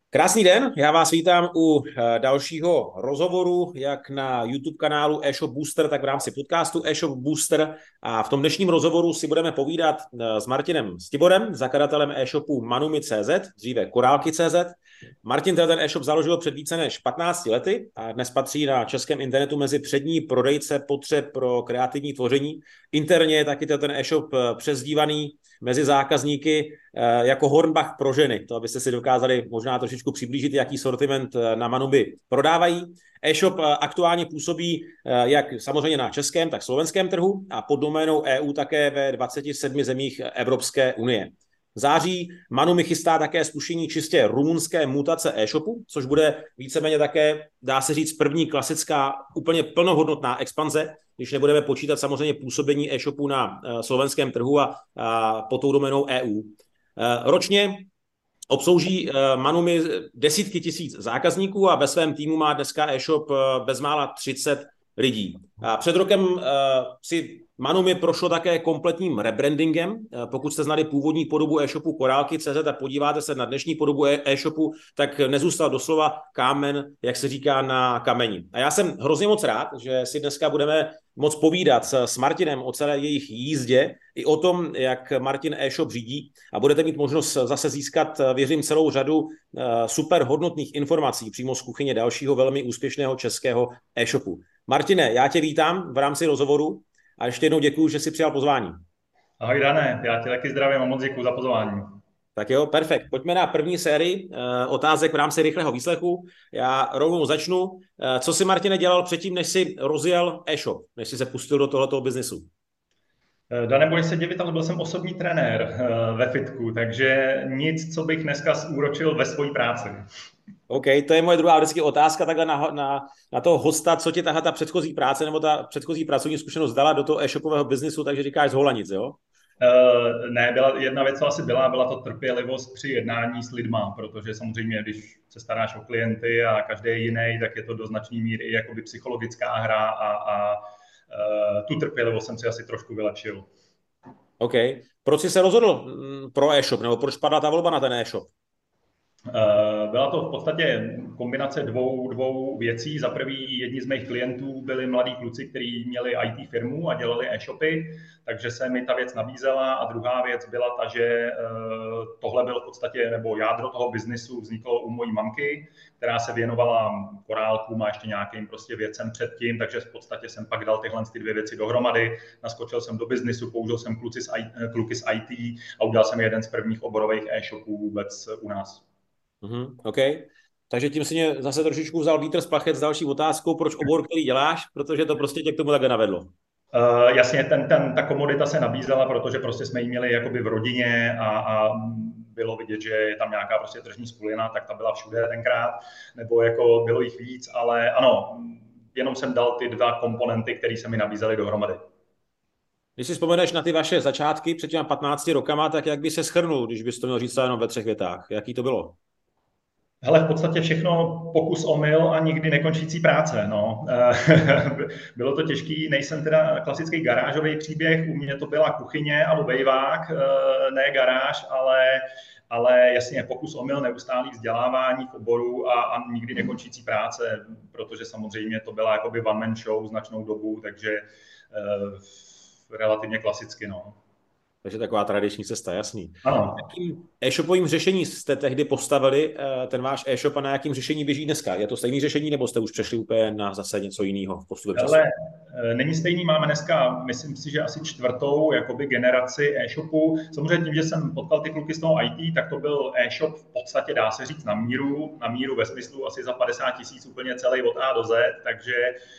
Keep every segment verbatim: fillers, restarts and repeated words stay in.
Krásný den, já vás vítám u eh, dalšího rozhovoru, jak na YouTube kanálu eShop Booster, tak v rámci podcastu eShop Booster. A v tom dnešním rozhovoru si budeme povídat eh, s Martinem Stiborem, zakladatelem e-shopu Manumi tečka cé zet, dříve Korálky tečka cé zet. Martin ten e-shop založil před více než patnácti lety a dnes patří na českém internetu mezi přední prodejce potřeb pro kreativní tvoření. Interně je taky ten e-shop přezdívaný mezi zákazníky jako Hornbach pro ženy. To abyste si dokázali možná trošičku přiblížit, jaký sortiment na Manumi prodávají. E-shop aktuálně působí jak samozřejmě na českém, tak slovenském trhu a pod doménou E U také ve dvaceti sedmi zemích Evropské unie. V září Manumi chystá také spuštění čistě rumunské mutace e-shopu, což bude víceméně také, dá se říct, první klasická, úplně plnohodnotná expanze, když nebudeme počítat samozřejmě působení e-shopu na slovenském trhu a, a pod tou doménou E U. Ročně obslouží Manumi desítky tisíc zákazníků a ve svém týmu má dneska e-shop bezmála třicet lidí. A před rokem si Manumi prošlo také kompletním rebrandingem. Pokud jste znali původní podobu e-shopu Korálky tečka cé zet a podíváte se na dnešní podobu e-shopu, tak nezůstal doslova kámen, jak se říká, na kameni. A já jsem hrozně moc rád, že si dneska budeme moc povídat s Martinem o celé jejich jízdě i o tom, jak Martin e-shop řídí a budete mít možnost zase získat, věřím, celou řadu super hodnotných informací přímo z kuchyně dalšího velmi úspěšného českého e-shopu. Martine, já tě vítám v rámci rozhovoru a ještě jednou děkuju, že jsi přijal pozvání. Ahoj Dané, já tě taky zdravím a moc děkuju za pozvání. Tak jo, perfekt. Pojďme na první sérii uh, otázek v rámci rychlého výslechu. Já rovnou začnu. Uh, co jsi, Martine, dělal předtím, než jsi rozjel e-shop, než jsi se pustil do tohoto biznesu? Dané, budeš se divit, ale byl jsem osobní trenér uh, ve fitku, takže nic, co bych dneska úročil ve své práci. OK, to je moje druhá vždycky otázka takhle na, na, na toho hosta, co ti tahle ta předchozí práce nebo ta předchozí pracovní zkušenost dala do toho e-shopového biznesu, takže říkáš z holanic, jo? Uh, ne, byla, jedna věc, co asi byla, byla to trpělivost při jednání s lidma, protože samozřejmě, když se staráš o klienty a každý je jiný, tak je to do značné míry i jakoby psychologická hra a, a uh, tu trpělivost jsem si asi trošku vylepšil. OK. Proč jsi se rozhodl pro e-shop, nebo proč padla ta volba na ten e-shop? Byla to v podstatě kombinace dvou, dvou věcí. Za prvý, jedni z mých klientů byli mladí kluci, kteří měli í té firmu a dělali e-shopy, takže se mi ta věc nabízela. A druhá věc byla ta, že tohle byl v podstatě, nebo jádro toho biznisu vzniklo u mojí mamky, která se věnovala korálkům a ještě nějakým prostě věcem předtím, takže v podstatě jsem pak dal tyhle ty dvě věci dohromady. Naskočil jsem do biznisu, použil jsem kluci z I, kluky z í té a udělal jsem jeden z prvních oborových e-shopů vůbec u nás. Mm-hmm, OK. Takže tím si mě zase trošičku vzal vítr z plachet s další otázkou, proč obor, který děláš, protože to prostě tě k tomu takhle navedlo. Uh, jasně, ten, ten, ta komodita se nabízela, protože prostě jsme ji měli jakoby v rodině a, a bylo vidět, že je tam nějaká prostě tržní skulina, tak ta byla všude tenkrát, nebo jako bylo jich víc, ale ano, jenom jsem dal ty dva komponenty, které se mi nabízely dohromady. Když si vzpomeneš na ty vaše začátky před těma patnácti rokama, tak jak by se shrnul, když bys to měl říct jenom ve třech větách? Jaký to bylo? Hele, v podstatě všechno pokus omyl a nikdy nekončící práce. No. Bylo to těžký, nejsem teda klasický garážový příběh, u mě to byla kuchyně a obejvák, ne garáž, ale, ale jasně pokus omyl, neustálý vzdělávání v oboru a, a nikdy nekončící práce, protože samozřejmě to byla jakoby one man show značnou dobu, takže eh, relativně klasicky. No. Takže taková tradiční cesta, jasný. Ano. Jakým e-shopovým řešení jste tehdy postavili ten váš e-shop a na jakým řešení běží dneska? Je to stejné řešení, nebo jste už přešli úplně na zase něco jiného v postupem času? Ale není stejný, máme dneska, myslím si, že asi čtvrtou jakoby generaci e-shopu. Samozřejmě tím, že jsem potkal ty kluky z toho í té, tak to byl e-shop v podstatě, dá se říct, na míru, na míru ve smyslu asi za padesát tisíc úplně celý od A do Z, takže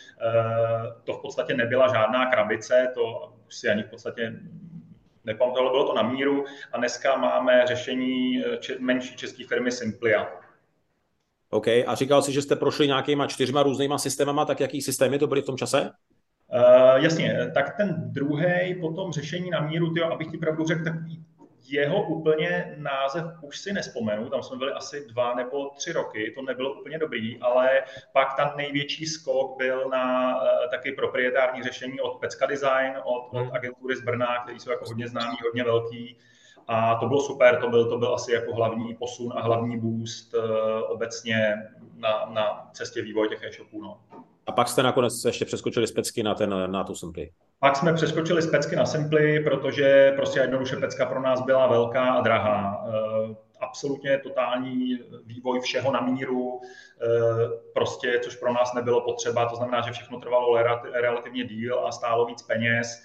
to v podstatě nebyla žádná krabice, to si ani v podstatě nepamatuji, bylo to na míru a dneska máme řešení menší české firmy Simplia. OK, a říkal jsi, že jste prošli nějakýma čtyřma různýma systémama, tak jaký systémy to byly v tom čase? Uh, jasně, tak ten druhý potom řešení na míru, tyjo, abych ti pravdu řekl, tak jeho úplně název už si nespomenu, tam jsme byli asi dva nebo tři roky, to nebylo úplně dobrý, ale pak tam největší skok byl na uh, taky proprietární řešení od Pecka Design, od, od agentury z Brna, který jsou jako hodně známý, hodně velký. A to bylo super, to byl, to byl asi jako hlavní posun a hlavní boost uh, obecně na, na cestě vývoje těch e-shopů. No. A pak jste nakonec ještě přeskočili z pecky na, ten, na tu Simply. Pak jsme přeskočili z pecky na Simply, protože prostě jednoduše pecka pro nás byla velká a drahá. Absolutně totální vývoj všeho na míru, prostě, což pro nás nebylo potřeba. To znamená, že všechno trvalo relativně díl a stálo víc peněz.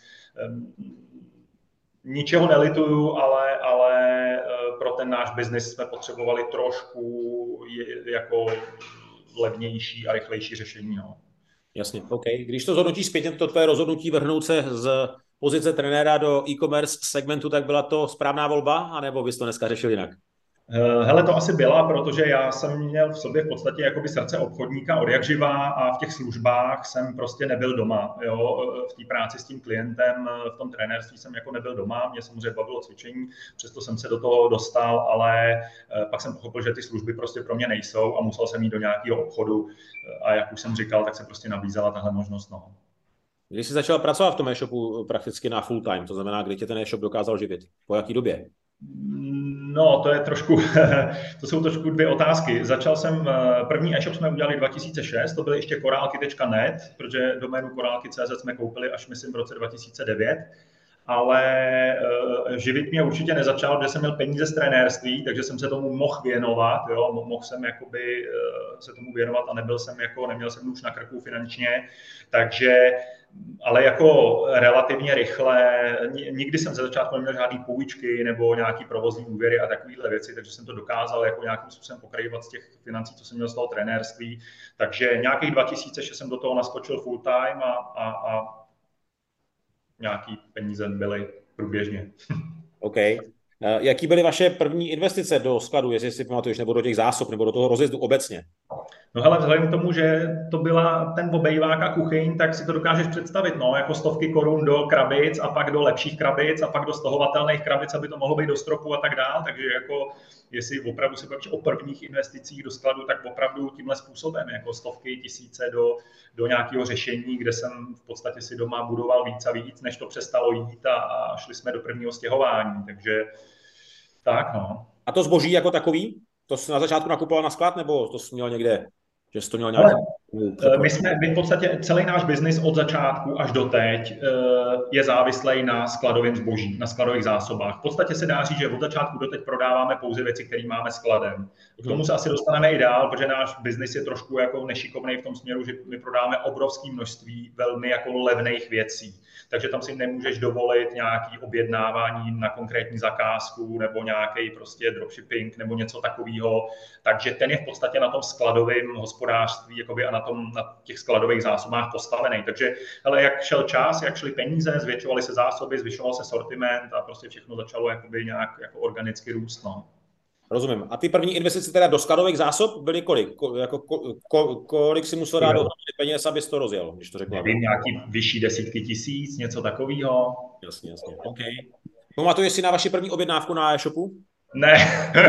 Ničeho nelituju, ale, ale pro ten náš biznis jsme potřebovali trošku jako levnější a rychlejší řešení. No. Jasně, OK. Když to zhodnotíš zpětně, to tvoje rozhodnutí vrhnout se z pozice trenéra do e-commerce segmentu, tak byla to správná volba, anebo bys to dneska řešil jinak? Hele, to asi byla, protože já jsem měl v sobě v podstatě jakoby srdce obchodníka od jak živá a v těch službách jsem prostě nebyl doma. Jo? V té práci s tím klientem, v tom trenérství jsem jako nebyl doma, mě samozřejmě bavilo cvičení, přesto jsem se do toho dostal, ale pak jsem pochopil, že ty služby prostě pro mě nejsou a musel jsem jít do nějakého obchodu a jak už jsem říkal, tak se prostě nabízela tahle možnost. No. Když jsi začal pracovat v tom e-shopu prakticky na full time, to znamená, kdy tě ten e-shop dokázal živit? Po jaký době? No, to je trošku, to jsou trošku dvě otázky. Začal jsem, první e-shop jsme udělali dva tisíce šest, to byly ještě korálky tečka net, protože doménu korálky tečka cé zet jsme koupili až myslím v roce dva tisíce devět, ale živit mě určitě nezačal, protože jsem měl peníze z trenérství, takže jsem se tomu mohl věnovat, jo, mohl jsem jakoby se tomu věnovat a nebyl jsem jako, neměl jsem nůž na krku finančně, takže ale jako relativně rychle, nikdy jsem ze začátku neměl žádný půjčky nebo nějaký provozní úvěry a takovéhle věci, takže jsem to dokázal jako nějakým způsobem pokrývat z těch financí, co jsem měl z toho trenérství. Takže nějakých dva tisíce šest jsem do toho naskočil full time a, a, a nějaký peníze byly průběžně. OK. Jaký byly vaše první investice do skladu, jestli si pamatuješ, nebo do těch zásob, nebo do toho rozjezdu obecně? No hele, vzhledem k tomu, že to byla ten obejvák a kuchyň, tak si to dokážeš představit, no, jako stovky korun do krabic a pak do lepších krabic a pak do stahovatelných krabic, aby to mohlo být do stropu a tak dál, takže jako jestli opravdu se bavíš o prvních investicích do skladu, tak opravdu tímhle způsobem, jako stovky, tisíce do, do nějakého řešení, kde jsem v podstatě si doma budoval víc a víc, než to přestalo jít a, a šli jsme do prvního stěhování, takže tak, no. A to zboží jako takový? To jsi na začátku nakupoval na sklad, nebo to jsi měl někde, že jsi to měl nějaký... Ale, my jsme, my v podstatě celý náš biznis od začátku až do teď je závislý na skladovém zboží, na skladových zásobách. V podstatě se dá říct, že od začátku do teď prodáváme pouze věci, které máme skladem. K tomu se asi dostaneme i dál, protože náš biznis je trošku jako nešikovný v tom směru, že my prodáváme obrovské množství velmi jako levných věcí. Takže tam si nemůžeš dovolit nějaké objednávání na konkrétní zakázku nebo nějaký prostě dropshipping nebo něco takového. Takže ten je v podstatě na tom skladovém hospodářství jakoby, a na, tom, na těch skladových zásobách postavený. Takže hele, jak šel čas, jak šly peníze, zvětšovaly se zásoby, zvyšoval se sortiment a prostě všechno začalo jakoby nějak jako organicky růst. No. Rozumím. A ty první investice teda do skladových zásob byly kolik? Ko, jako, ko, ko, kolik si musel dát do peněz, abys to rozjel, když to řekl? Nevím, nějaký vyšší desítky tisíc, něco takového. Jasně, jasně. OK. Pamatuješ si na vaši první objednávku na e-shopu? Ne,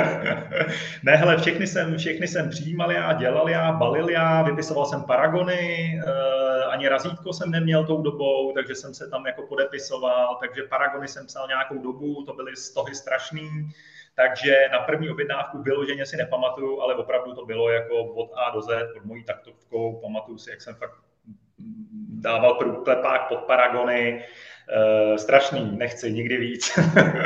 ne, hele, všechny jsem, všechny jsem přijímal já, dělal já, balil já, vypisoval jsem paragony, ani razítko jsem neměl tou dobou, takže jsem se tam jako podepisoval, takže paragony jsem psal nějakou dobu, to byly stohy strašný. Takže na první objednávku vyloženě si nepamatuju, ale opravdu to bylo jako od A do Z, pod mojí taktovkou. Pamatuju si, jak jsem fakt dával průklepák pod paragony. E, strašný, nechci nikdy víc.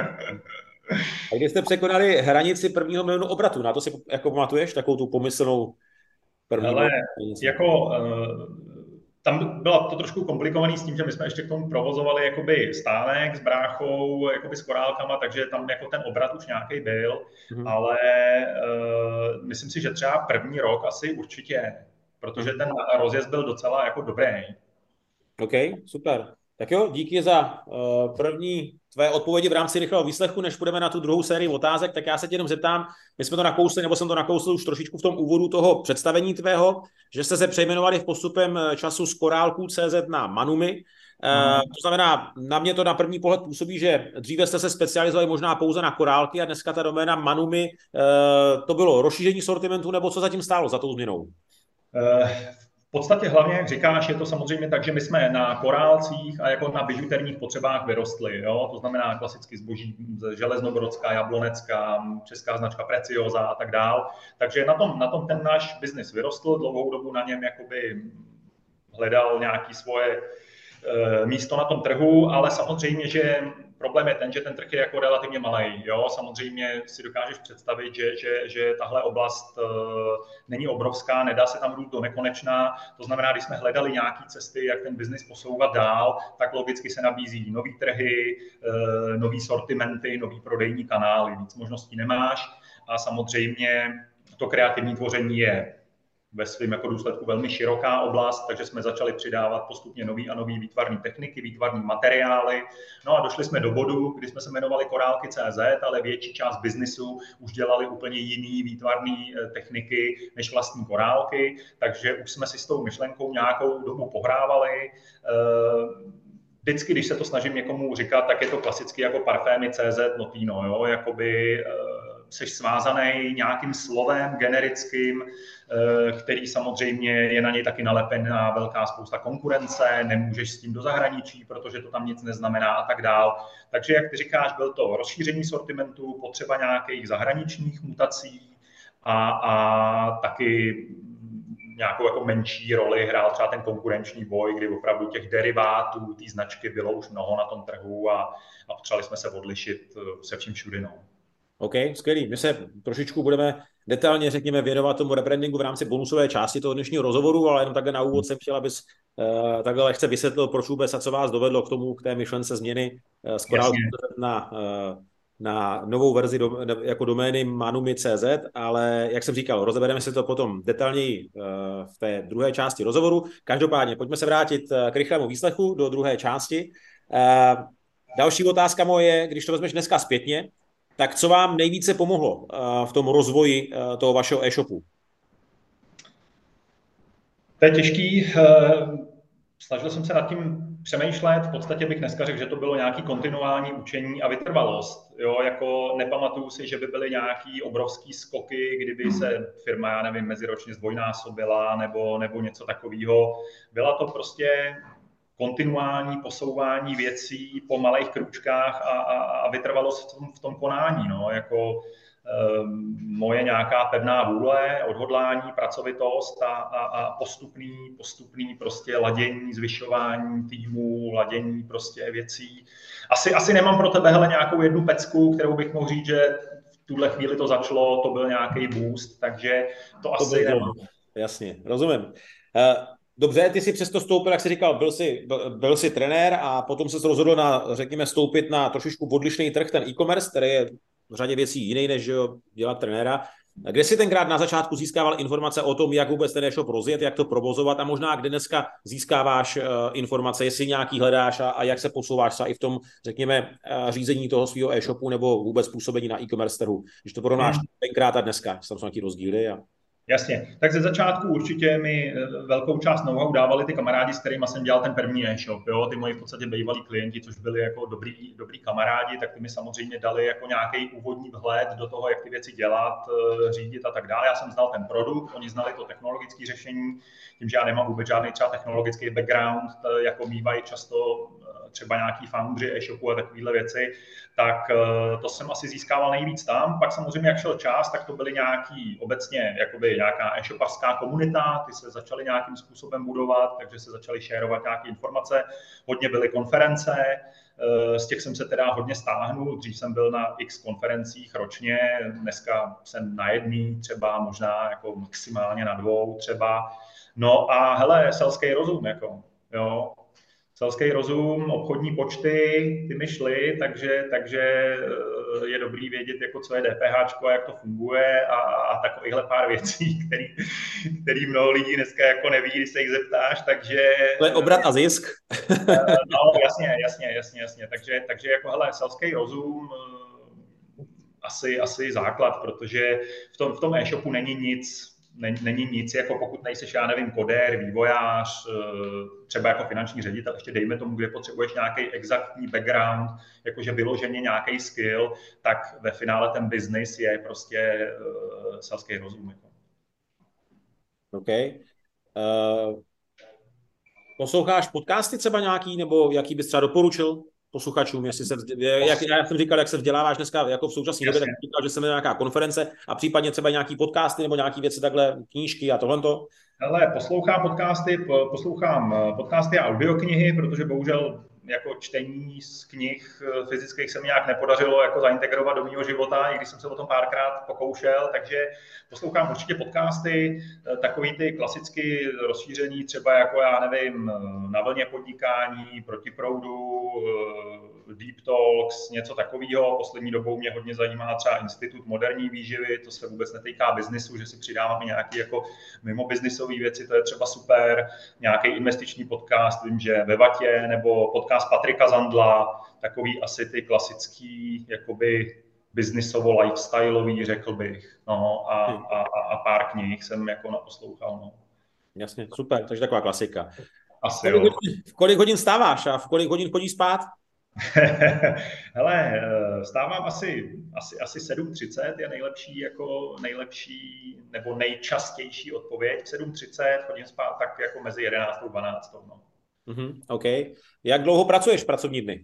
A když jste překonali hranici prvního milionu obratu, na to si jako pamatuješ, takovou tu pomyslnou první? Ale jako... E, tam bylo to trošku komplikovaný s tím, že my jsme ještě k tomu provozovali jakoby stánek s bráchou, jakoby s korálkama, takže tam jako ten obrat už nějaký byl, mm. ale uh, myslím si, že třeba první rok asi určitě, protože ten rozjezd byl docela jako dobrý. OK, super. Tak jo, díky za uh, první tvé odpovědi v rámci rychlého výslechu, než půjdeme na tu druhou sérii otázek, tak já se tě jenom zeptám, my jsme to nakousli, nebo jsem to nakousl už trošičku v tom úvodu toho představení tvého, že jste se přejmenovali v postupem času z korálku tečka cé zet na Manumi. Hmm. Uh, to znamená, na mě to na první pohled působí, že dříve jste se specializovali možná pouze na korálky a dneska ta doména Manumi, uh, to bylo rozšíření sortimentu, nebo co zatím stálo za tou změnou? Uh... V podstatě hlavně, jak říkáš, je to samozřejmě tak, že my jsme na korálcích a jako na bižuterních potřebách vyrostli. Jo? To znamená klasicky zboží železnogrodská, jablonecká, česká značka Preciosa a tak dál. Takže na tom, na tom ten náš biznis vyrostl, dlouhou dobu na něm jakoby hledal nějaké svoje místo na tom trhu, ale samozřejmě, že problém je ten, že ten trh je jako relativně malý. Jo? Samozřejmě si dokážeš představit, že, že, že tahle oblast uh, není obrovská, nedá se tam růst do nekonečna. To znamená, když jsme hledali nějaké cesty, jak ten biznis posouvat dál, tak logicky se nabízí nový trhy, uh, nový sortimenty, nový prodejní kanály. Víc možností nemáš a samozřejmě to kreativní tvoření je ve svém jako důsledku velmi široká oblast, takže jsme začali přidávat postupně nový a nový výtvarné techniky, výtvarné materiály. No a došli jsme do bodu, kdy jsme se jmenovali Korálky tečka cé zet, ale větší část biznisu už dělali úplně jiný výtvarné techniky než vlastní korálky, takže už jsme si s tou myšlenkou nějakou dobu pohrávali. Vždycky, když se to snažím někomu říkat, tak je to klasicky jako parfémy tečka cé zet Notino, jo, jakoby seš svázaný nějakým slovem generickým, který samozřejmě je na něj taky nalepená velká spousta konkurence, nemůžeš s tím do zahraničí, protože to tam nic neznamená a tak dál. Takže, jak ty říkáš, byl to rozšíření sortimentu, potřeba nějakých zahraničních mutací a, a taky nějakou jako menší roli hrál třeba ten konkurenční boj, kdy opravdu těch derivátů, té značky bylo už mnoho na tom trhu a, a potřebovali jsme se odlišit se vším všudy. No. OK, skvělý. My se trošičku budeme detailně, řekněme, věnovat tomu rebrandingu v rámci bonusové části toho dnešního rozhovoru, ale jenom takhle na úvod jsem chtěl, abys uh, takhle lehce vysvětlil, proč vůbec a co vás dovedlo k tomu, k té myšlence změny uh, z Korálky na, uh, na novou verzi do, jako domény manumi tečka cé zet, ale jak jsem říkal, rozebereme si to potom detailněji uh, v té druhé části rozhovoru. Každopádně, pojďme se vrátit uh, k rychlému výslechu do druhé části. Uh, další otázka moje, když to vezmeš dneska zpětně, tak co vám nejvíce pomohlo uh, v tom rozvoji uh, toho vašeho e-shopu? To je těžký. Uh, snažil jsem se nad tím přemýšlet. V podstatě bych dneska řekl, že to bylo nějaké kontinuální učení a vytrvalost. Jo, jako nepamatuju si, že by byly nějaký obrovský skoky, kdyby se firma, já nevím, meziročně zdvojnásobila nebo, nebo něco takového. Byla to prostě kontinuální posouvání věcí po malých kručkách a, a, a vytrvalost v tom, v tom konání. No. Jako, um, moje nějaká pevná vůle, odhodlání, pracovitost a, a, a postupný, postupný prostě ladění, zvyšování týmu, ladění prostě věcí. Asi, asi nemám pro tebe hele, nějakou jednu pecku, kterou bych mohl říct, že v tuhle chvíli to začalo, to byl nějaký boost, takže to, to asi nemám. Jasně, rozumím. Uh... Dobře, ty jsi přesto stoupil, jak jsi říkal, byl jsi, byl, byl jsi trenér a potom se rozhodl na, řekněme, stoupit na trošičku odlišný trh, ten e-commerce, který je v řadě věcí jiný, než jo, dělat trenéra. Kde jsi tenkrát na začátku získával informace o tom, jak vůbec ten e-shop rozjet, jak to provozovat a možná kde dneska získáváš uh, informace, jestli nějaký hledáš a, a jak se posouváš třeba i v tom, řekněme, uh, řízení toho svého e-shopu nebo vůbec působení na e-commerce trhu. Když to porovnáš hmm. tenkrát a dneska, tam jsou nějaký rozdíly a... Jasně. Tak ze začátku určitě mi velkou část know-how dávali ty kamarádi, s kterými jsem dělal ten první e-shop. Jo? Ty moji v podstatě bývalí klienti, což byli jako dobrý, dobrý kamarádi, tak ty mi samozřejmě dali jako nějaký úvodní vhled do toho, jak ty věci dělat, řídit a tak dále. Já jsem znal ten produkt, oni znali to technologické řešení, tím, že já nemám vůbec žádný třeba technologický background, jako mývají často třeba nějaký foundry e-shopu a takovéhle věci, tak to jsem asi získával nejvíc tam. Pak samozřejmě, jak šel čas, tak to byly nějaký obecně jakoby nějaká e-shopařská komunita, ty se začaly nějakým způsobem budovat, takže se začaly šérovat nějaké informace. Hodně byly konference, z těch jsem se teda hodně stáhnul, dřív jsem byl na x konferencích ročně, dneska jsem na jedný, třeba možná jako maximálně na dvou třeba. No a hele, selský rozum, jako, jo. Selský rozum, obchodní počty, ty mi šly, takže, takže je dobrý vědět, jako co je DPH a jak to funguje a, a takovýchhle pár věcí, který, který mnoho lidí dneska jako neví, když se jich zeptáš, takže... To je obrat a zisk. No, jasně, jasně, jasně, jasně. Takže, takže jako hele, selský rozum asi, asi základ, protože v tom, v tom e-shopu není nic, není nic, jako pokud nejseš, já nevím, kodér, vývojář, třeba jako finanční ředitel, ještě dejme tomu, kde potřebuješ nějaký exaktní background, jakože vyloženě nějaký skill, tak ve finále ten business je prostě selský rozum. OK. Uh, posloucháš podcasty třeba nějaký, nebo jaký bys třeba doporučil posluchačům, jestli se, jak já jsem říkal, jak se vzděláváš dneska jako v současné době, tak jsem říkal, že se jmenuje nějaká konference a případně třeba nějaký podcasty nebo nějaký věci takhle, knížky a tohle. Ale poslouchám podcasty, poslouchám podcasty a audioknihy, protože bohužel jako čtení z knih fyzických se mi nějak nepodařilo jako zaintegrovat do mého života, i když jsem se o tom párkrát pokoušel, takže poslouchám určitě podcasty, takový ty klasicky rozšíření, třeba jako já nevím, Na vlně podnikání, Proti proudu, Deep Talks, něco takového. Poslední dobou mě hodně zajímá třeba Institut moderní výživy, to se vůbec netýká biznisu, že si přidáváme nějaké jako mimo biznisové věci, to je třeba super. Nějaký investiční podcast, vím, že ve Vatě, nebo podcast Patrika Zandla, takový asi ty klasický, jakoby biznisovo lifestyleový, řekl bych. No, a, a, a pár knih jsem jako naposlouchal. No. Jasně, super, takže taková klasika. Asi v, kolik hodin, v kolik hodin stáváš a v kolik hodin chodíš spát? Hele, stávám asi, asi, asi sedm třicet je nejlepší, jako nejlepší nebo nejčastější odpověď. sedm třicet chodím spát tak jako mezi jedenáct a dvanáct. No. Mm-hmm, OK. Jak dlouho pracuješ v pracovní dny?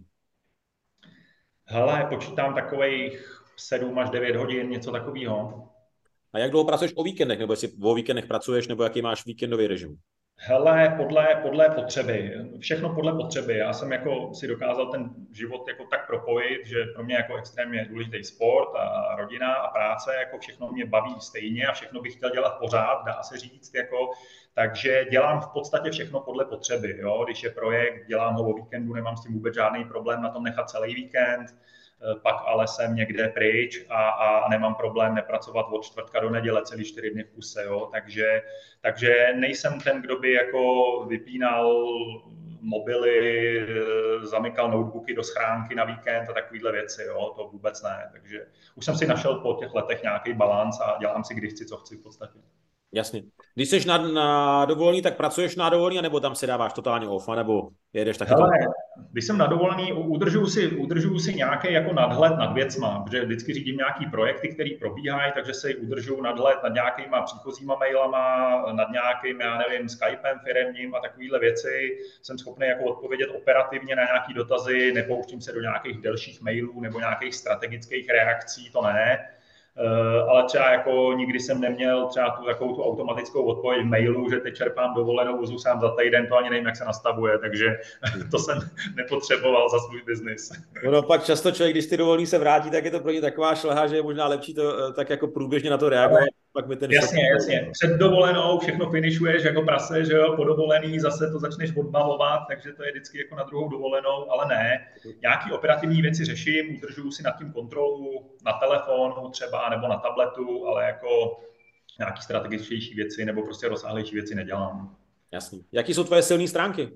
Hele, počítám takových sedm až devět hodin, něco takového. A jak dlouho pracuješ o víkendech, nebo jestli o víkendech pracuješ, nebo jaký máš víkendový režim? Hele, podle, podle potřeby. Všechno podle potřeby. Já jsem jako si dokázal ten život jako tak propojit, že pro mě jako extrémně důležitý sport a rodina a práce, jako všechno mě baví stejně a všechno bych chtěl dělat pořád, dá se říct, jako, takže dělám v podstatě všechno podle potřeby. Jo? Když je projekt, dělám ho o víkendu, nemám s tím vůbec žádný problém na tom nechat celý víkend. Pak ale jsem někde pryč a, a nemám problém nepracovat od čtvrtka do neděle celý čtyři dny v kuse, jo? Takže, takže nejsem ten, kdo by jako vypínal mobily, zamykal notebooky do schránky na víkend a takovýhle věci, jo? To vůbec ne. Takže už jsem si našel po těch letech nějaký balans a dělám si kdy chci, co chci v podstatě. Jasně. Když jsi na, na dovolený, tak pracuješ na dovolený, nebo tam si dáváš totálně off, nebo jedeš taky? Hele, když jsem na dovolený, udržuju si, udržuju si nějaký jako nadhled nad věcma, protože vždycky řídím nějaký projekty, které probíhají, takže si udržuju nadhled nad nějakýma příchozíma mailama, nad nějakým, já nevím, Skypem firemním a takovýhle věci. Jsem schopný jako odpovědět operativně na nějaký dotazy, nepouštím se do nějakých delších mailů nebo nějakých strategických reakcí, to ne. Ale třeba jako nikdy jsem neměl třeba tu takovou tu automatickou odpověď v mailu, že teď čerpám dovolenou, vozu sám za týden, to ani nevím, jak se nastavuje, takže to jsem nepotřeboval za svůj biznis. No pak často člověk, když ty dovolený se vrátí, tak je to pro ně taková šleha, že je možná lepší to tak jako průběžně na to reagovat. Pak mi ten jasně, šok... jasně. Před dovolenou všechno finišuješ jako prase, že jo, po dovolený zase to začneš odbavovat, takže to je vždycky jako na druhou dovolenou, ale ne. Nějaký operativní věci řeším, udržuju si nad tím kontrolu na telefonu třeba nebo na tabletu, ale jako nějaký strategičtější věci nebo prostě rozsáhlejší věci nedělám. Jasný. Jaký jsou tvoje silné stránky?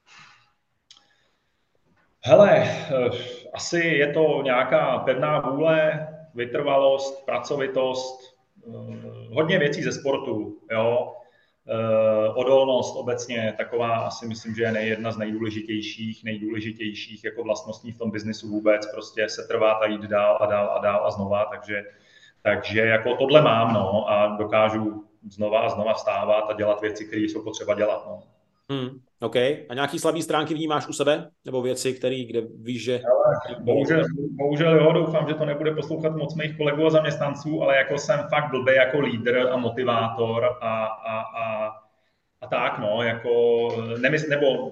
Hele, asi je to nějaká pevná vůle, vytrvalost, pracovitost, hodně věcí ze sportu, jo. Odolnost obecně taková asi myslím, že je jedna z nejdůležitějších, nejdůležitějších jako vlastností v tom biznisu vůbec, prostě se trvat a jít dál a dál a dál a znova, takže, takže jako tohle mám, no, a dokážu znova a znova vstávat a dělat věci, které jsou potřeba dělat, no. Hmm, OK. A nějaký slabý stránky vnímáš u sebe? Nebo věci, které, kde víš, že... Ale bohužel, bohužel jo, doufám, že to nebude poslouchat moc mých kolegů a zaměstnanců, ale jako jsem fakt blbý jako lídr a motivátor a, a, a, a tak, no, jako nemysl, nebo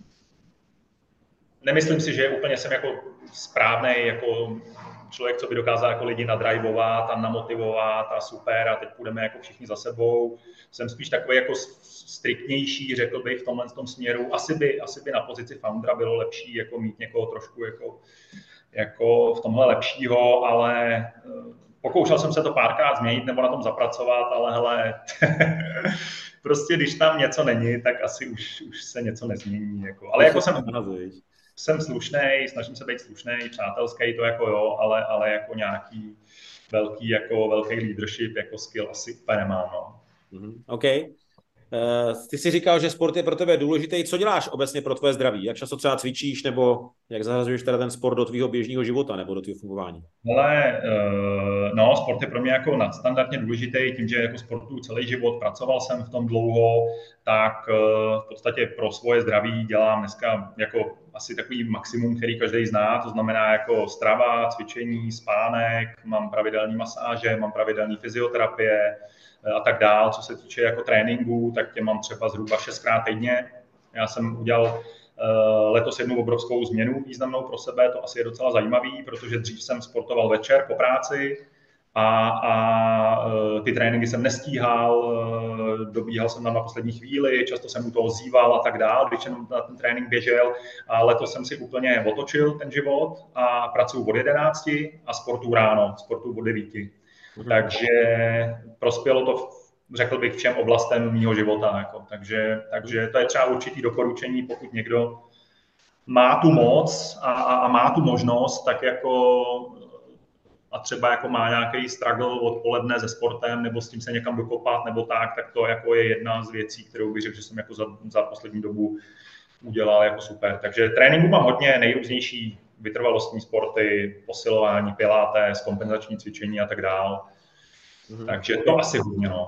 nemyslím si, že úplně jsem jako správnej jako člověk, co by dokázal jako lidi nadrivovat a namotivovat a super a teď půjdeme jako všichni za sebou. Jsem spíš takový jako striktnější, řekl bych, v tomhle tom směru. Asi by, asi by na pozici foundera bylo lepší jako mít někoho trošku jako, jako v tomhle lepšího, ale pokoušel jsem se to párkrát změnit nebo na tom zapracovat, ale hele, prostě když tam něco není, tak asi už, už se něco nezmění. Jako. Ale jako jsem... Jsem slušnej, snažím se být slušnej, přátelský, to jako jo, ale, ale jako nějaký velký, jako velký leadership, jako skill asi úplně nemám, no. Mm-hmm. OK. Ty jsi říkal, že sport je pro tebe důležitý. Co děláš obecně pro tvoje zdraví? Jak často třeba cvičíš, nebo jak zahrazuješ teda ten sport do tvýho běžného života nebo do tvého fungování? Ale no, sport je pro mě jako nadstandardně důležitý, tím, že jako sportuju celý život, pracoval jsem v tom dlouho, tak v podstatě pro svoje zdraví dělám dneska jako asi takový maximum, který každý zná, to znamená jako strava, cvičení, spánek, mám pravidelný masáže, mám pravidelný fyzioterapie a tak dál. Co se týče jako tréninku, tak tě mám třeba zhruba šestkrát týdně. Já jsem udělal letos jednu obrovskou změnu významnou pro sebe, to asi je docela zajímavý, protože dřív jsem sportoval večer po práci a, a ty tréninky jsem nestíhal, dobíhal jsem tam na poslední chvíli, často jsem u toho zíval a tak dál, když jsem na ten trénink běžel, a letos jsem si úplně otočil ten život a pracuji od jedenácti a sportuju ráno, sportuju od devíti. Mhm. Takže prospělo to, řekl bych, všem oblastem mýho života. Jako. Takže, takže to je třeba určitý doporučení, pokud někdo má tu moc a, a, a má tu možnost, tak jako a třeba jako má nějaký struggle odpoledne se sportem nebo s tím se někam dokopat nebo tak, tak to jako je jedna z věcí, kterou bych řekl, že jsem jako za, za poslední dobu udělal jako super. Takže tréninku mám hodně, nejrůznější vytrvalostní sporty, posilování, pilates, kompenzační cvičení a tak dál. Mm-hmm. Takže to asi hodně, no.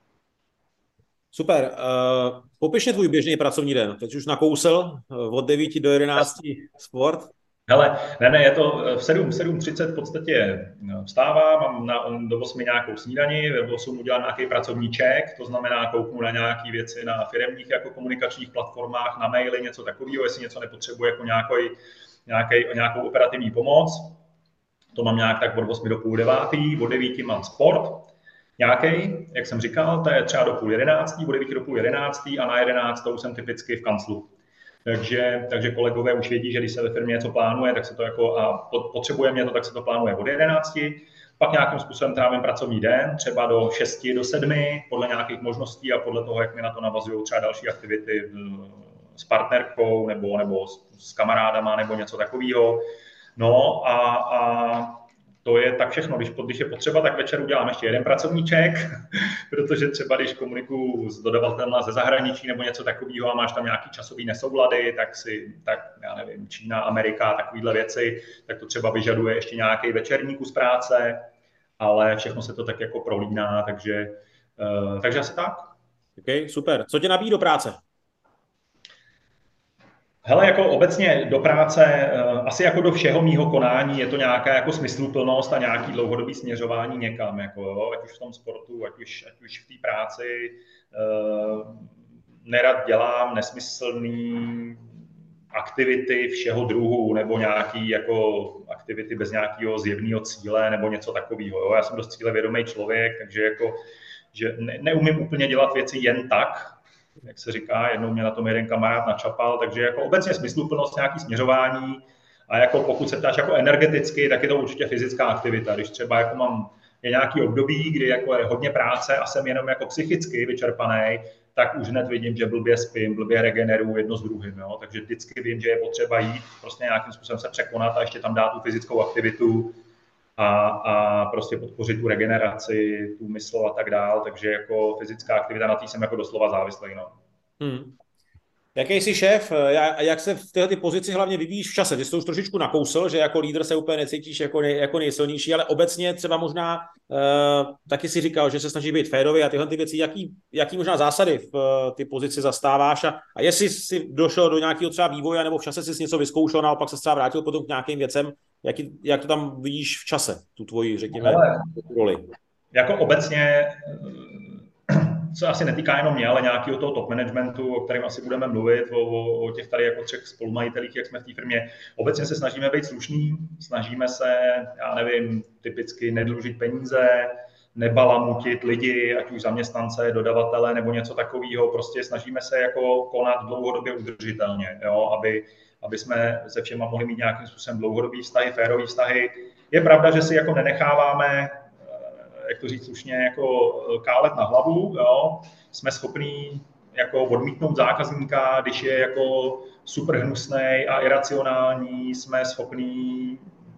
Super. Uh, popiš mě tvůj běžný pracovní den. Teď už nakousl od devíti do jedenácti sport. Hele, ne, ne, je to v sedm, sedm třicet v podstatě vstávám, mám na, do osmi nějakou snídani, v osm udělám nějaký pracovní check, to znamená kouknu na nějaké věci na firemních jako komunikačních platformách, na maily, něco takového, jestli něco nepotřebuje jako nějaký, nějaký, nějakou operativní pomoc. To mám nějak tak od osmi do půl devátý, od devíti mám sport. Nějaký, jak jsem říkal, to je třeba do půl jedenáctý, od devíti do půl jedenáctý a na jedenáctou jsem typicky v kanclu. Takže, takže kolegové už vědí, že když se ve firmě něco plánuje, tak se to jako, a potřebuje mě to, tak se to plánuje od jedenácti. Pak nějakým způsobem trávím pracovní den, třeba do šesti, do sedmi, podle nějakých možností a podle toho, jak mi na to navazují třeba další aktivity s partnerkou nebo, nebo s, s kamarádama nebo něco takového. No a, a to je tak všechno. Když, když je potřeba, tak večer udělám ještě jeden pracovní check, protože třeba když komunikuju s dodavatelem ze zahraničí nebo něco takového a máš tam nějaký časový nesoulady, tak si, tak já nevím, Čína, Amerika, takovéhle věci, tak to třeba vyžaduje ještě nějaký večerní kus práce, ale všechno se to tak jako prolíná, takže, uh, takže asi tak. OK, super. Co tě nabíjí do práce? Hele, jako obecně do práce, asi jako do všeho mýho konání je to nějaká jako smysluplnost a nějaký dlouhodobý směřování někam, jako, jo, ať už v tom sportu, ať už, ať už v té práci. Nerad dělám nesmyslný aktivity všeho druhu nebo nějaký jako aktivity bez nějakého zjevného cíle nebo něco takového. Jo. Já jsem dost cílevědomý člověk, takže jako, že ne, neumím úplně dělat věci jen tak, jak se říká, jednou mě na tom jeden kamarád načapal, takže jako obecně smysluplnost, nějaký směřování a jako pokud se ptáš jako energeticky, tak je to určitě fyzická aktivita. Když třeba jako mám je nějaký období, kdy jako je hodně práce a jsem jenom jako psychicky vyčerpaný, tak už hned vidím, že blbě spím, blbě regeneruju jedno s druhým. Jo? Takže vždycky vím, že je potřeba jít, prostě nějakým způsobem se překonat a ještě tam dát tu fyzickou aktivitu a, a prostě podpořit tu regeneraci, tu mysl a tak dál. Takže jako fyzická aktivita, na té jsem jako doslova závislý. No. Hmm. Jaký jsi šéf a jak se v této pozici hlavně vyvíjíš v čase? Ty jsi to už trošičku nakousl, že jako lídr se úplně necítíš jako, nej, jako nejsilnější, ale obecně třeba možná uh, taky si říkal, že se snaží být férový a tyhle ty věci, jaký, jaký možná zásady v uh, ty pozici zastáváš a, a jestli jsi došel do nějakého třeba vývoje nebo v čase jsi něco vyzkoušel, naopak se třeba vrátil potom k nějakým věcem, jak, jak to tam vidíš v čase, tu tvoji, řekněme, ale roli? Jako obecně se asi netýká jenom mě, ale nějakého toho top managementu, o kterém asi budeme mluvit, o, o těch tady jako třech spolumajitelích, jak jsme v té firmě. Obecně se snažíme být slušní, snažíme se, já nevím, typicky nedlužit peníze, nebalamutit lidi, ať už zaměstnance, dodavatele nebo něco takového. Prostě snažíme se jako konat dlouhodobě udržitelně, jo, aby, aby jsme se všema mohli mít nějakým způsobem dlouhodobý vztahy, férový vztahy. Je pravda, že si jako nenecháváme, jak to říct slušně, jako kálet na hlavu, jo. Jsme schopní jako odmítnout zákazníka, když je jako super hnusnej a iracionální, jsme schopní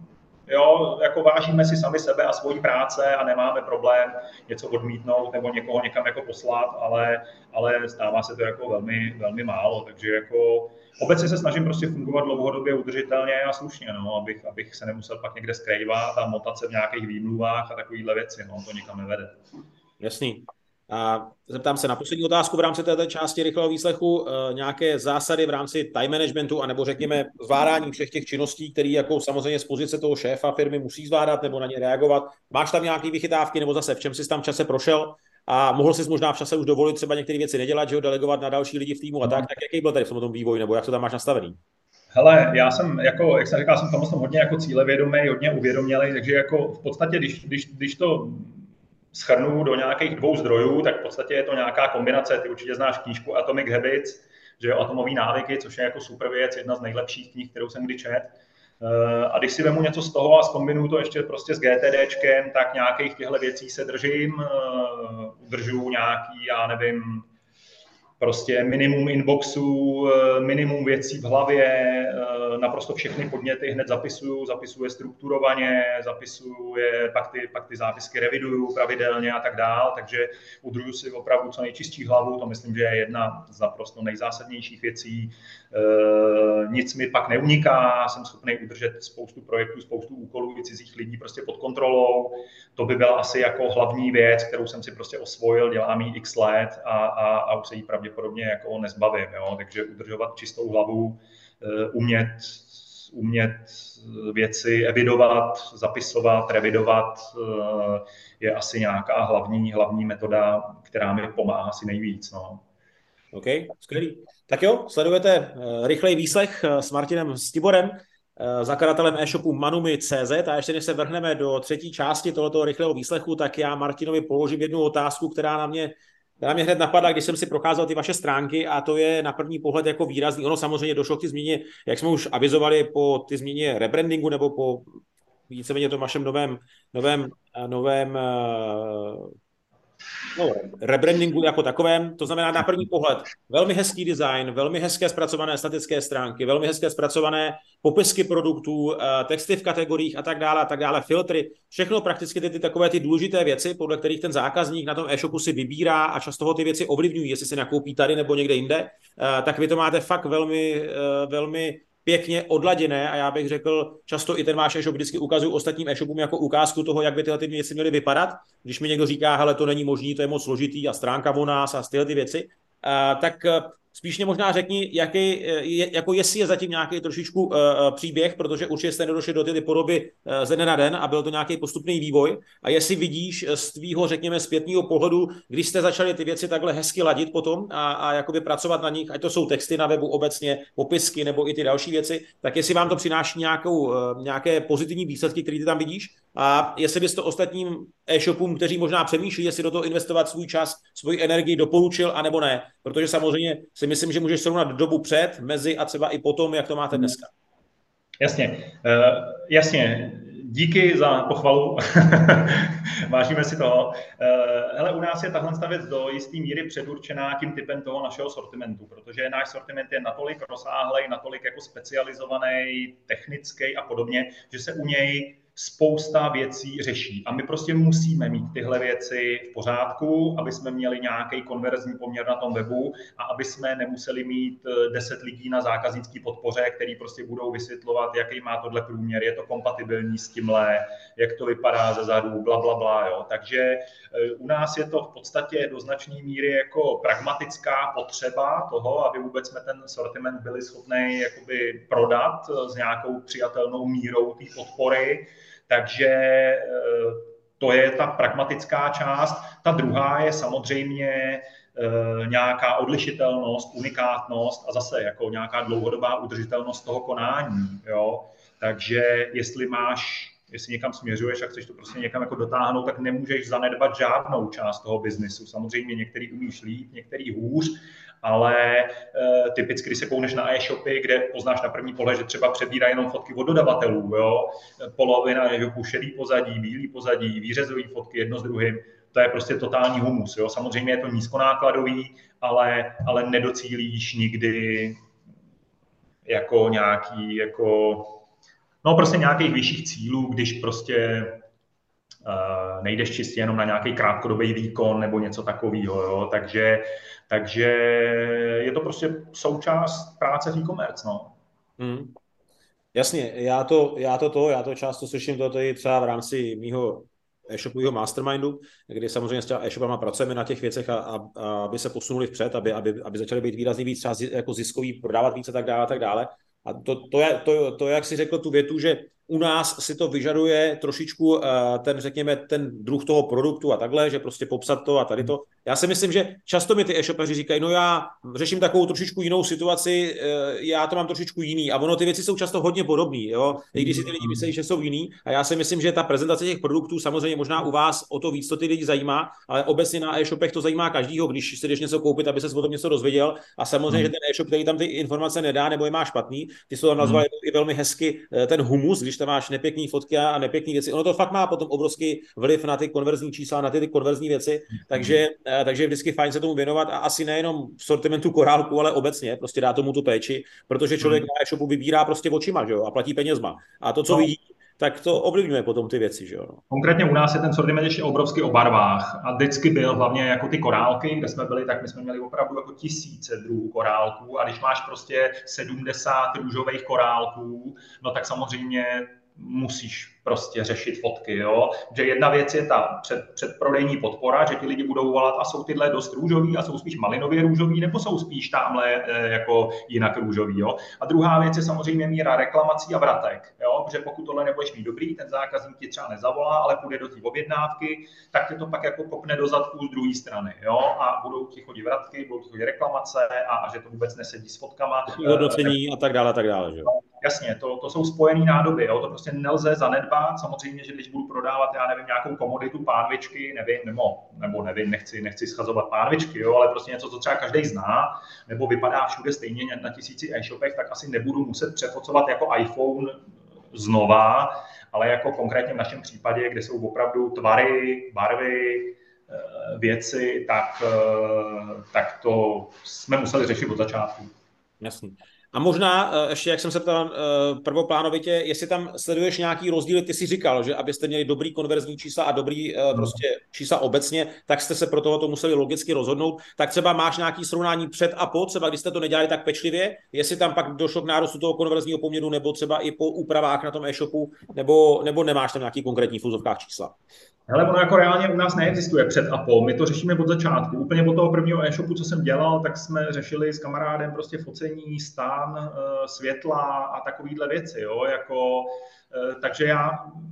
Jo, jako vážíme si sami sebe a svojí práce a nemáme problém něco odmítnout nebo někoho někam jako poslat, ale, ale stává se to jako velmi, velmi málo, takže jako obecně se snažím prostě fungovat dlouhodobě udržitelně a slušně, no, abych, abych se nemusel pak někde skrývat a motat se v nějakých výmluvách a takovýhle věci, no, to nikam nevede. Jasný. A zeptám se na poslední otázku v rámci této části rychlého výslechu. E, nějaké zásady v rámci time managementu, anebo řekněme zvládání všech těch činností, které jako samozřejmě z pozice toho šéfa firmy musí zvládat nebo na ně reagovat. Máš tam nějaké vychytávky, nebo zase v čem jsi tam v čase prošel a mohl jsi možná v čase už dovolit třeba některé věci nedělat, že ho delegovat na další lidi v týmu a tak, tak jaký byl tady v tom vývoj, nebo jak to tam máš nastavený? Hele, já jsem, jako, jak jsem říkal, jsem tam hodně jako cílevědomý, hodně uvědomělý, takže jako v podstatě, když, když, když to shrnu do nějakých dvou zdrojů, tak v podstatě je to nějaká kombinace. Ty určitě znáš knížku Atomic Habits, že jo, Atomové návyky, což je jako super věc, jedna z nejlepších knih, kterou jsem kdy čet. A když si vemu něco z toho a zkombinuju to ještě prostě s GTDčkem, tak nějakých těchto věcí se držím, udržuju nějaký, já nevím, prostě minimum inboxů, minimum věcí v hlavě, naprosto všechny podněty hned zapisuju, zapisuju je strukturovaně, zapisuju je, pak ty, pak ty zápisky reviduju pravidelně a tak dál, takže udržuju si opravdu co nejčistší hlavu, to myslím, že je jedna z naprosto nejzásadnějších věcí. Nic mi pak neuniká, jsem schopný udržet spoustu projektů, spoustu úkolů i cizích lidí prostě pod kontrolou. To by byla asi jako hlavní věc, kterou jsem si prostě osvojil, dělám jí x let a, a, a už se jí pravděpodobně jako nezbavím. Jo? Takže udržovat čistou hlavu, umět, umět věci evidovat, zapisovat, revidovat je asi nějaká hlavní, hlavní metoda, která mi pomáhá asi nejvíc. No. OK, skvělý. Tak jo, sledujete uh, rychlej výslech uh, s Martinem Stiborem, uh, zakladatelem e-shopu manumi tečka cé zet, a ještě než se vrhneme do třetí části tohoto rychlého výslechu, tak já Martinovi položím jednu otázku, která na mě, která mě hned napadla, když jsem si procházel ty vaše stránky, a to je na první pohled jako výrazný. Ono samozřejmě došlo k ty změně, jak jsme už avizovali, po ty změně rebrandingu nebo po víceméně tom vašem novém, novém, novém uh, No, rebrandingu jako takovém, to znamená na první pohled velmi hezký design, velmi hezké zpracované statické stránky, velmi hezké zpracované popisky produktů, texty v kategoriích a tak dále, a tak dále, filtry, všechno prakticky ty, ty takové ty důležité věci, podle kterých ten zákazník na tom e-shopu si vybírá a často ho ty věci ovlivňují, jestli si nakoupí tady nebo někde jinde, tak vy to máte fakt velmi, velmi pěkně odladěné a já bych řekl, často i ten váš e-shop vždycky ukazuju ostatním e-shopům jako ukázku toho, jak by tyhle ty věci měly vypadat. Když mi někdo říká, hele, to není možný, to je moc složitý a stránka o nás a tyhle ty věci, uh, tak uh, spíš mě možná řekni, jaký, je, jako jestli je zatím nějaký trošičku uh, příběh, protože určitě jste nedošli do ty podoby uh, ze dne na den a byl to nějaký postupný vývoj, a jestli vidíš z tvýho, řekněme, zpětného pohledu, když jste začali ty věci takhle hezky ladit potom a, a jakoby pracovat na nich, ať to jsou texty na webu obecně, popisky nebo i ty další věci, tak jestli vám to přináší nějakou, uh, nějaké pozitivní výsledky, které ty tam vidíš, a jestli bys to ostatním e-shopům, kteří možná přemýšlí, jestli do toho investovat svůj čas, svoji energii, doporučil, anebo ne. Protože samozřejmě si myslím, že můžeš srovnat dobu před, mezi a třeba i potom, jak to máte dneska. Jasně, uh, jasně. Díky za pochvalu. Vážíme si toho. Uh, hele, u nás je tahle věc do jistý míry předurčená tím typem toho našeho sortimentu, protože náš sortiment je natolik rozsáhlej, natolik jako specializovaný, technický a podobně, že se u něj spousta věcí řeší. A my prostě musíme mít tyhle věci v pořádku, aby jsme měli nějaký konverzní poměr na tom webu a aby jsme nemuseli mít deset lidí na zákaznické podpoře, který prostě budou vysvětlovat, jaký má tohle průměr, je to kompatibilní s tímhle, jak to vypadá ze zadu, bla, bla, bla. Jo. Takže u nás je to v podstatě do značné míry jako pragmatická potřeba toho, aby vůbec jsme ten sortiment byli schopni jakoby prodat s nějakou přijatelnou mírou té podpory. Takže to je ta pragmatická část. Ta druhá je samozřejmě nějaká odlišitelnost, unikátnost a zase jako nějaká dlouhodobá udržitelnost toho konání. Jo? Takže jestli máš, jestli někam směřuješ a chceš to prostě někam jako dotáhnout, tak nemůžeš zanedbat žádnou část toho biznisu. Samozřejmě některý umíš líp, některý hůř, ale e, typicky, když se koukneš na e-shopy, kde poznáš na první pohled, že třeba přebírá jenom fotky od dodavatelů, jo? Polovina e-shopu šedý pozadí, bílý pozadí, výřezový fotky jedno s druhým, to je prostě totální humus. Jo? Samozřejmě je to nízkonákladový, ale, ale nedocílíš nikdy jako nějaký jako No prostě nějakých vyšších cílů, když prostě uh, nejdeš čistě jenom na nějaký krátkodobý výkon nebo něco takového, jo? Takže, takže je to prostě součást práce v e-commerce, no. Hmm. Jasně, já to, já to to, já to často slyším to i třeba v rámci mýho e-shopového mastermindu, kdy samozřejmě s těma e-shopama pracujeme na těch věcech, a, a, a aby se posunuli vpřed, aby, aby, aby začaly být výrazně víc třeba jako ziskový, prodávat více a tak dále, a tak dále. A to, to, je, to, to, jak si řekl tu větu, že u nás si to vyžaduje trošičku ten, řekněme, ten druh toho produktu a takhle, že prostě popsat to a tady to. Já si myslím, že často mi ty e-shopeři říkají, no já řeším takovou trošičku jinou situaci, já to mám trošičku jiný. A ono ty věci jsou často hodně podobné, jo. I když si ty lidi myslí, že jsou jiný. A já si myslím, že ta prezentace těch produktů samozřejmě možná u vás o to víc to ty lidi zajímá, ale obecně na e-shopech to zajímá každýho, když si jdeš něco koupit, aby se o tom něco dozvěděl. A samozřejmě, že ten e-shop, který tam ty informace nedá nebo je má špatný, ty jsou tam nazvali i velmi hezky ten humus, když tam máš nepěkný fotky a nepěkný věci. Ono to fakt má potom obrovský vliv na ty konverzní čísla, na ty, ty konverzní věci, takže, takže je vždycky fajn se tomu věnovat a asi nejenom v sortimentu korálku, ale obecně, prostě dá tomu tu péči, protože člověk na e-shopu vybírá prostě očima, že jo, a platí penězma. A to, co no. vidí, tak to ovlivňuje potom ty věci, že jo. Konkrétně u nás je ten sortiment ještě obrovský o barvách a vždycky byl hlavně jako ty korálky, kde jsme byli, tak my jsme měli opravdu jako tisíce druhů korálků a když máš prostě sedmdesát růžových korálků, no tak samozřejmě musíš prostě řešit fotky, jo. Že jedna věc je ta před, předprodejní podpora, že ti lidi budou volat a jsou tyhle dost růžový a jsou spíš malinově růžový, nebo jsou spíš tamhle e, jako jinak růžový, jo. A druhá věc je samozřejmě míra reklamací a vratek, jo, protože pokud tohle nebudeš mít dobrý, ten zákazník ti třeba nezavolá, ale půjde do té objednávky, tak tě to pak jako kopne do zadku z druhé strany, jo, a budou ti chodit vratky, budou ti chodit reklamace a, a že to vůbec nesedí s fotkama. Hodnocení a tak dále, a tak dále, že jo. Jasně, to, to jsou spojené nádoby, jo? To prostě nelze zanedbat. Samozřejmě, že když budu prodávat, já nevím, nějakou komoditu, pánvičky, nevím, nebo, nebo nevím, nechci, nechci schazovat pánvičky, jo? Ale prostě něco, co třeba každý zná, nebo vypadá všude stejně na tisíci e-shopech, tak asi nebudu muset přefocovat jako iPhone znova, ale jako konkrétně v našem případě, kde jsou opravdu tvary, barvy, věci, tak, tak to jsme museli řešit od začátku. Jasně. A možná ještě, jak jsem se ptal prvoplánovitě, jestli tam sleduješ nějaký rozdíly, ty jsi říkal, že abyste měli dobrý konverzní čísla a dobrý hmm. prostě čísla obecně, tak jste se pro tohoto museli logicky rozhodnout. Tak třeba máš nějaký srovnání před a po, třeba když jste to nedělali tak pečlivě, jestli tam pak došlo k nárůstu toho konverzního poměru, nebo třeba i po úpravách na tom e-shopu, nebo, nebo nemáš tam nějaký konkrétní v úzovkách čísla? Hele, ono jako reálně u nás neexistuje před a po, my to řešíme od začátku. Úplně od toho prvního e-shopu, co jsem dělal, tak jsme řešili s kamarádem prostě focení, stán, světla a takovýhle věci, jo, jako, takže já,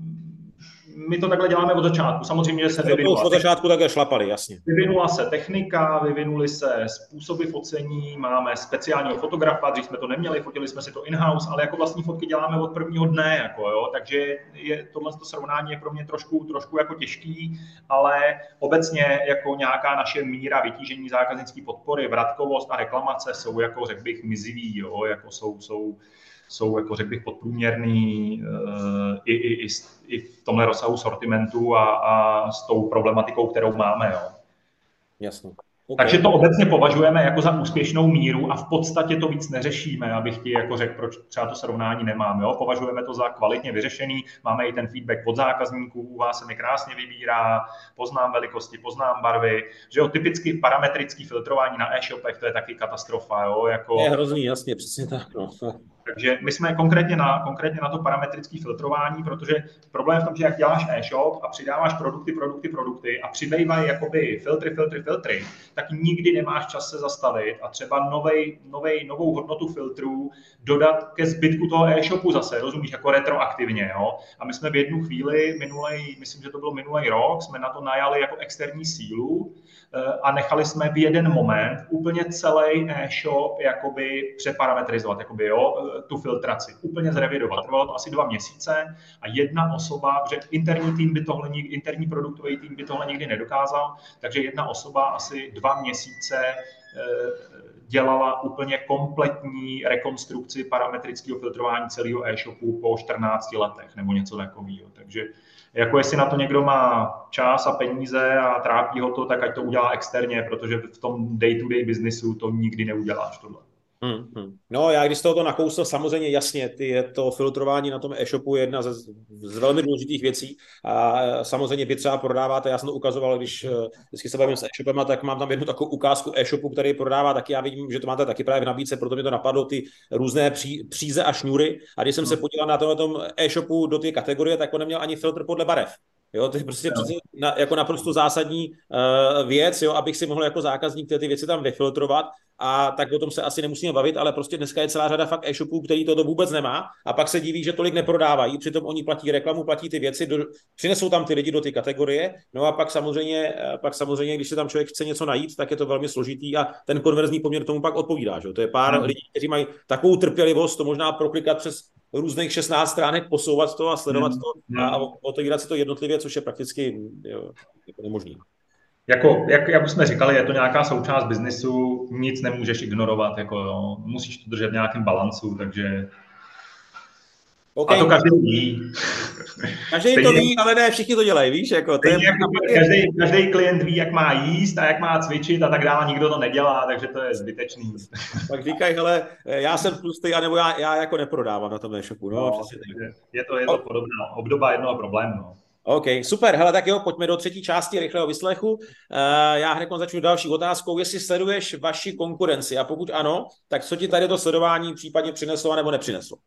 my to takhle děláme od začátku, samozřejmě se vyvinula. Od začátku takhle šlapali, jasně. Vyvinula se technika, vyvinuly se způsoby focení, máme speciálního fotografa, dřív jsme to neměli, fotili jsme si to in-house, ale jako vlastní fotky děláme od prvního dne, jako jo, takže je, tohle srovnání je pro mě trošku, trošku jako těžký, ale obecně jako nějaká naše míra vytížení zákaznické podpory, vratkovost a reklamace jsou jako, řekl bych, mizivý, jo, jako jsou, jsou jsou, jako řekl bych, podprůměrný uh, i, i, i, i v tomhle rozsahu sortimentu a, a s tou problematikou, kterou máme. Jo. Jasně. Okay. Takže to obecně považujeme jako za úspěšnou míru a v podstatě to víc neřešíme, abych ti jako řekl, proč třeba to srovnání nemám. Jo? Považujeme to za kvalitně vyřešený, máme i ten feedback od zákazníků, u vás se mi krásně vybírá, poznám velikosti, poznám barvy, že jo, typicky parametrický filtrování na e-shopech, to je taky katastrofa. Jo? Jako... Je hrozný, jasně, přesně tak. No. Takže my jsme konkrétně na, konkrétně na to parametrické filtrování, protože problém v tom, že jak děláš e-shop a přidáváš produkty, produkty, produkty a přibývají jakoby filtry, filtry, filtry, tak nikdy nemáš čas se zastavit a třeba novej, novej, novou hodnotu filtrů dodat ke zbytku toho e-shopu zase, rozumíš, jako retroaktivně. Jo? A my jsme v jednu chvíli, minulej, myslím, že to bylo minulý rok, jsme na to najali jako externí sílu a nechali jsme v jeden moment úplně celý e-shop jakoby přeparametrizovat, jakoby, jo, tu filtraci, úplně zrevidovat. Trvalo to asi dva měsíce a jedna osoba, protože interní tým by tohle, interní produktový tým by tohle nikdy nedokázal, takže jedna osoba asi dva měsíce dělala úplně kompletní rekonstrukci parametrického filtrování celého e-shopu po čtrnácti letech nebo něco takového. Takže jako jestli na to někdo má čas a peníze a trápí ho to, tak ať to udělá externě, protože v tom day-to-day businessu to nikdy neuděláš tohle. Hmm, hmm. No, já když z tohoto nakousl, samozřejmě jasně, ty, je to filtrování na tom e-shopu je jedna ze, z velmi důležitých věcí a samozřejmě vy třeba prodáváte, já jsem to ukazoval, když eh, vždycky se bavím s e-shopem, tak mám tam jednu takovou ukázku e-shopu, který prodává taky, já vidím, že to máte taky právě v nabídce, proto mě to napadlo, ty různé pří, příze a šňůry a když jsem se podíval na tom e-shopu do té kategorie, tak on neměl ani filtr podle barev. Jo, to je prostě přece na, jako naprosto zásadní uh, věc, jo, abych si mohl jako zákazník ty, ty věci tam vyfiltrovat a tak o tom se asi nemusíme bavit, ale prostě dneska je celá řada fakt e-shopů, který toto vůbec nemá a pak se diví, že tolik neprodávají, přitom oni platí reklamu, platí ty věci, do, přinesou tam ty lidi do ty kategorie, no a pak samozřejmě, pak samozřejmě, když se tam člověk chce něco najít, tak je to velmi složitý a ten konverzní poměr tomu pak odpovídá, že? To je pár hmm. lidí, kteří mají takovou trpělivost, to možná proklikat přes různých šestnáct stránek, posouvat to a sledovat hmm. to a, a otevírat si to jednotlivě, což je prakticky jo, jako nemožný. Jako, jak, jak už jsme říkali, je to nějaká součást biznisu, nic nemůžeš ignorovat, jako jo, musíš to držet v nějakém balancu, takže... Okay. A to každý ví. Každý Stejně, to ví, ale ne všichni to dělají, víš? Jako, to je, jako každý, každý klient ví, jak má jíst a jak má cvičit a tak dále, nikdo to nedělá, takže to je zbytečný. Pak říkají, hele, já jsem tlustý, anebo já, já jako neprodávám na tom e-shopu. No, no, je to, je to podobná obdoba jednoho problému. No. OK, super. Hele, tak jo, pojďme do třetí části rychlého vyslechu. Uh, já hned začnu další otázkou. Jestli sleduješ vaši konkurenci a pokud ano, tak co ti tady to sledování případně přineslo nebo nepřineslo?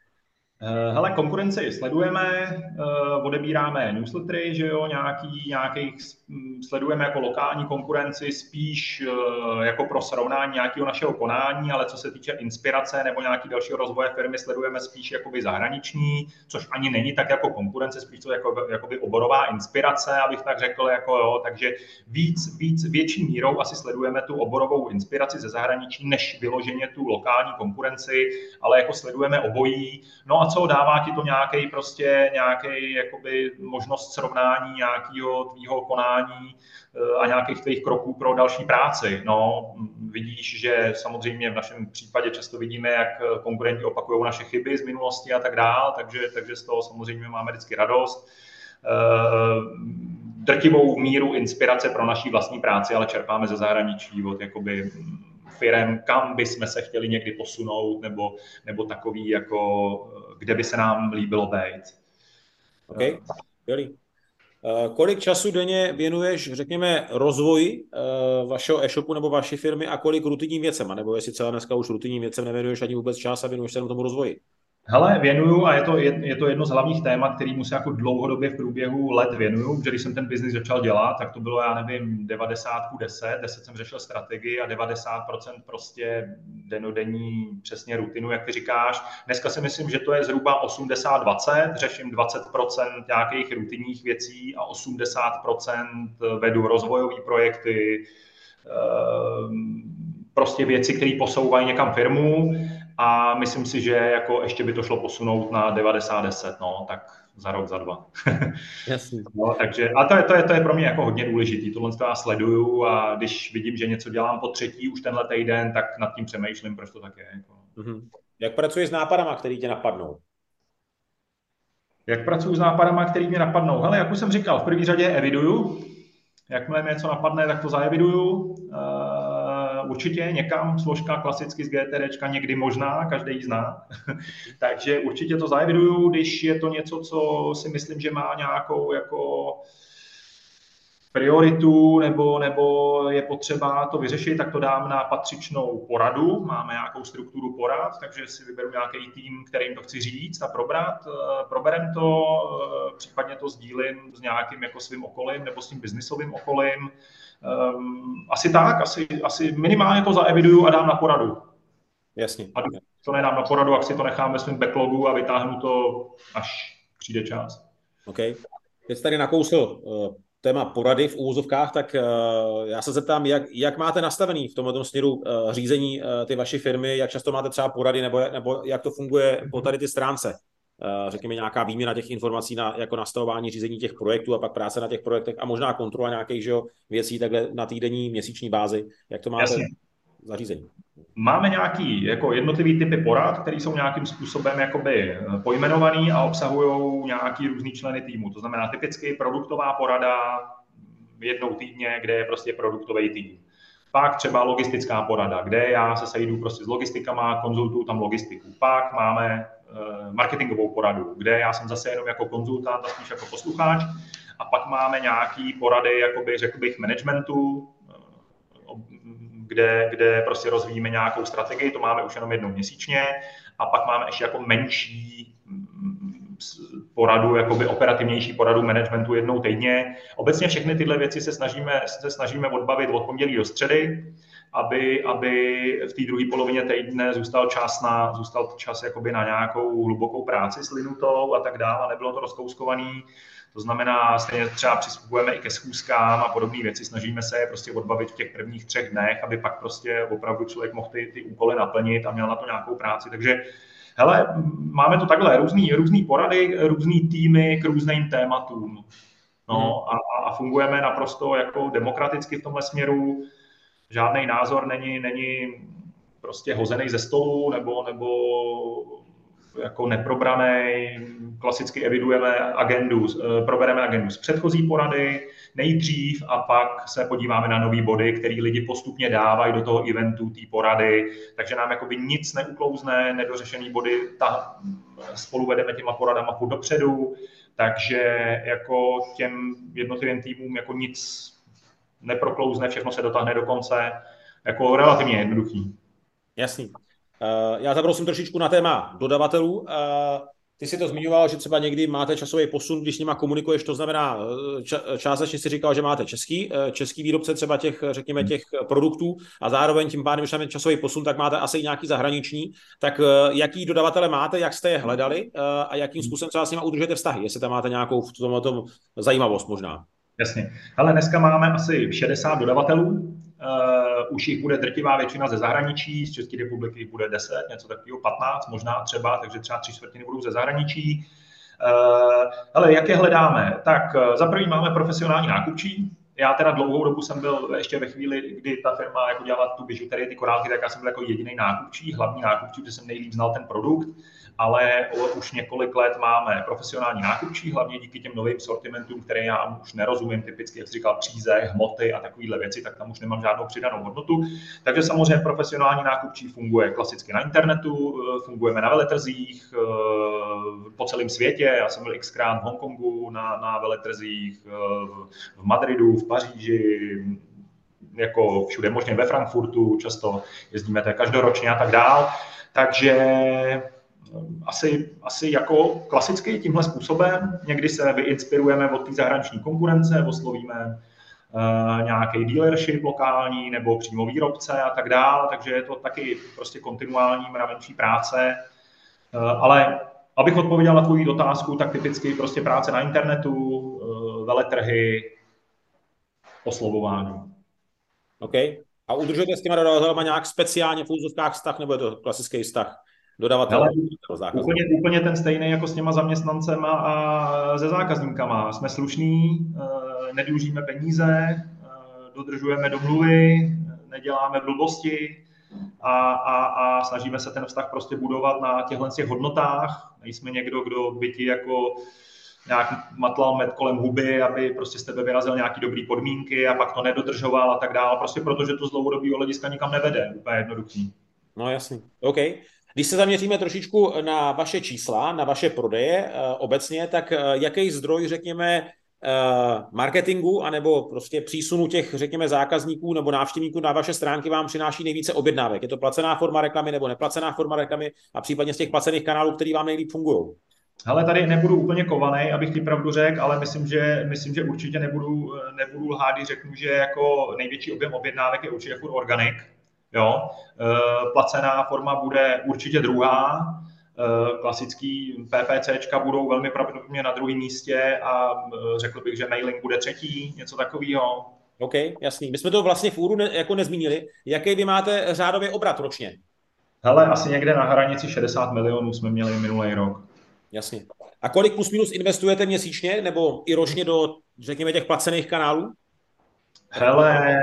Hele, konkurenci sledujeme, odebíráme newslettery, že jo, nějaký, nějakých, sledujeme jako lokální konkurenci spíš jako pro srovnání nějakého našeho konání, ale co se týče inspirace nebo nějaký dalšího rozvoje firmy, sledujeme spíš jakoby zahraniční, což ani není tak jako konkurence, spíš to jako jakoby oborová inspirace, abych tak řekl, jako jo, takže víc, víc, větší mírou asi sledujeme tu oborovou inspiraci ze zahraničí, než vyloženě tu lokální konkurenci, ale jako sledujeme obojí. No a co dává ti to nějaký prostě nějaký jakoby možnost srovnání nějakého tvýho konání a nějakých tvých kroků pro další práci. No, vidíš, že samozřejmě v našem případě často vidíme, jak konkurenti opakují naše chyby z minulosti a tak dál, takže, takže z toho samozřejmě máme vždycky radost. Drtivou míru inspirace pro naší vlastní práci, ale čerpáme ze zahraničí od jakoby firem, kam by jsme se chtěli někdy posunout, nebo, nebo takový, jako, kde by se nám líbilo být. OK, skvělý. Uh, kolik času denně věnuješ, řekněme, rozvoji uh, vašeho e-shopu nebo vaší firmy a kolik rutinním věcem? A nebo jestli celá dneska už rutinním věcem nevěnuješ ani vůbec čas a věnuješ se jenom tomu rozvoji? Hele, věnuju a je to, je, je to jedno z hlavních témat, kterýmu se jako dlouhodobě v průběhu let věnuju, protože když jsem ten biznis začal dělat, tak to bylo, já nevím, devadesát deset, deset jsem řešil strategii a devadesát procent prostě denodenní přesně rutinu, jak ty říkáš. Dneska si myslím, že to je zhruba osmdesát dvacet, řeším dvacet procent nějakých rutinních věcí a osmdesát procent vedu rozvojové projekty, prostě věci, které posouvají někam firmu. A myslím si, že jako ještě by to šlo posunout na devadesát deset, no, tak za rok, za dva. Jasně. No, takže, a to je, to, je, to je pro mě jako hodně důležitý, tohle to já sleduju a když vidím, že něco dělám po třetí už tenhle týden, tak nad tím přemýšlím, proč to tak je. Jako. Mm-hmm. Jak pracuješ s nápadama, který tě napadnou? Jak pracuji s nápadama, který mě napadnou? Hele, jak už jsem říkal, v první řadě eviduju. Jakmile mi něco napadne, tak to zaeviduju. Určitě někam složka klasicky z GTDčka, někdy možná, každý ji zná. Takže určitě to zaeviduju, když je to něco, co si myslím, že má nějakou jako prioritu nebo, nebo je potřeba to vyřešit, tak to dám na patřičnou poradu. Máme nějakou strukturu porad, takže si vyberu nějaký tým, kterým to chci říct a probrat. Proberem to, případně to sdílím s nějakým jako svým okolím nebo s tím biznisovým okolím. Um, asi tak, asi, asi minimálně to zaeviduju a dám na poradu. Jasně. A to nedám na poradu, jak si to nechám ve svém backlogu a vytáhnu to, až přijde čas. OK. Teď tady nakousl uh, téma porady v úvozovkách, tak uh, já se zeptám, jak, jak máte nastavený v tomto směru uh, řízení uh, ty vaší firmy, jak často máte třeba porady, nebo, nebo jak to funguje po tady ty stránce? Uh, řekněme nějaká výměna těch informací na jako nastavování řízení těch projektů a pak práce na těch projektech a možná kontrola nějakých že, věcí takhle na týdenní, měsíční bázi. Jak to máte Jasně. zařízení? Máme nějaký jako jednotlivý typy porad, které jsou nějakým způsobem jakoby pojmenovaný a obsahují nějaký různý členy týmu. To znamená typicky produktová porada jednou týdně, kde je prostě produktový tým. Pak třeba logistická porada, kde já se sejdu prostě s logistikama, konzultuju tam logistiku. Pak máme marketingovou poradu, kde já jsem zase jenom jako konzultant a spíš jako posluchač. A pak máme nějaký porady, jakoby, řekl bych, managementu, kde, kde prostě rozvíjíme nějakou strategii, to máme už jenom jednou měsíčně. A pak máme ještě jako menší poradu, jakoby operativnější poradu managementu jednou týdně. Obecně všechny tyhle věci se snažíme, se snažíme odbavit od pondělí do středy, aby, aby v té druhé polovině týdne zůstal čas na, zůstal čas jakoby na nějakou hlubokou práci s linutou a tak dále, nebylo to rozkouskovaný. To znamená, stejně třeba přistupujeme i ke schůzkám a podobné věci, snažíme se je prostě odbavit v těch prvních třech dnech, aby pak prostě opravdu člověk mohl ty, ty úkoly naplnit a měl na to nějakou práci. Takže hele, máme to takhle, různý, různý porady, různý týmy k různým tématům. No, a, a fungujeme naprosto jako demokraticky v tomhle směru. Žádný názor není, není prostě hozený ze stolu nebo, nebo jako neprobraný. Klasicky evidujeme agendu, probereme agendu z předchozí porady nejdřív a pak se podíváme na nový body, který lidi postupně dávají do toho eventu, té porady, takže nám jakoby nic neuklouzne, nedořešený body, ta, spolu vedeme těma poradama půl dopředu, takže jako těm jednotlivým týmům jako nic neproklouzne, všechno se dotáhne do konce, jako relativně jednoduchý. Jasný. Uh, já zabrosím trošičku na téma dodavatelů. Uh, ty si to zmiňoval, že třeba někdy máte časový posun, když s nima komunikuješ, to znamená, ča- částečně si říkal, že máte český, český výrobce třeba těch, řekněme, těch produktů a zároveň tím pádem, když máte časový posun, tak máte asi nějaký zahraniční. Tak uh, jaký dodavatele máte, jak jste je hledali uh, a jakým způsobem třeba s nima udržujete vztahy, jestli tam máte nějakou v tom, tom zajímavost možná. Jasně. Ale dneska máme asi šedesát dodavatelů. Uh, už jich bude drtivá většina ze zahraničí, z České republiky bude deset, něco takového, patnáct možná třeba, takže třeba tři čtvrtiny budou ze zahraničí. Uh, ale jak je hledáme? Tak uh, za první máme profesionální nákupčí. Já teda dlouhou dobu jsem byl ještě ve chvíli, kdy ta firma jako dělala tu bižuterii, ty korálky, tak já jsem byl jako jediný nákupčí, hlavní nákupčí, protože jsem nejlíp znal ten produkt, ale už několik let máme profesionální nákupčí, hlavně díky těm novým sortimentům, které já už nerozumím, typicky, jak jsi říkal, příze, hmoty a takovéhle věci, tak tam už nemám žádnou přidanou hodnotu. Takže samozřejmě profesionální nákupčí funguje klasicky na internetu, fungujeme na veletrzích po celém světě. Já jsem byl xkrát v Hongkongu na, na veletrzích, v Madridu, v Paříži, jako všude možně ve Frankfurtu, často jezdíme tak každoročně a tak dál. Takže asi, asi jako klasicky tímhle způsobem. Někdy se vyinspirujeme od té zahraniční konkurence, oslovíme uh, nějaký dealership lokální nebo přímo výrobce a tak dál, takže je to taky prostě kontinuální mravenčí práce. Uh, ale abych odpověděl na tvou otázku, tak typicky prostě práce na internetu, uh, veletrhy, oslovování. OK. A udržujete s těma dodavatelema nějak speciálně v úzovkách vztah, nebo je to klasický vztah dodavatele? Úplně, úplně ten stejný jako s těma zaměstnancema a se zákazníkama. Jsme slušní, nedlužíme peníze, dodržujeme domluvy, neděláme blbosti a, a, a snažíme se ten vztah prostě budovat na těchto těch hodnotách. Nejsme někdo, kdo by ti jako nějak matlal med kolem huby, aby prostě z tebe vyrazil nějaký dobrý podmínky a pak to nedodržoval a tak dále, prostě protože to z dlouhodobého hlediska nikam nevede, úplně jednoduchý. No jasný, OK. Když se zaměříme trošičku na vaše čísla, na vaše prodeje uh, obecně, tak uh, jaký zdroj, řekněme, uh, marketingu anebo prostě přísunu těch, řekněme, zákazníků nebo návštěvníků na vaše stránky vám přináší nejvíce objednávek? Je to placená forma reklamy nebo neplacená forma reklamy a případně z těch placených kanálů, který vám nejlíp fungují? Hele, tady nebudu úplně kovanej, abych ti pravdu řekl, ale myslím, že, myslím, že určitě nebudu, nebudu lhát, když řeknu, že jako největší objem objednávek je určitě furt organic. Jo? E, placená forma bude určitě druhá, e, klasický PPCčka budou velmi pravděpodobně na druhém místě a e, řekl bych, že mailing bude třetí, něco takového. OK, jasný. My jsme to vlastně v úru ne, jako nezmínili. Jaký vy máte řádově obrat ročně? Hele, asi někde na hranici šedesát milionů jsme měli minulý rok. Jasně. A kolik plus minus investujete měsíčně nebo i ročně do, řekněme, těch placených kanálů? Hele,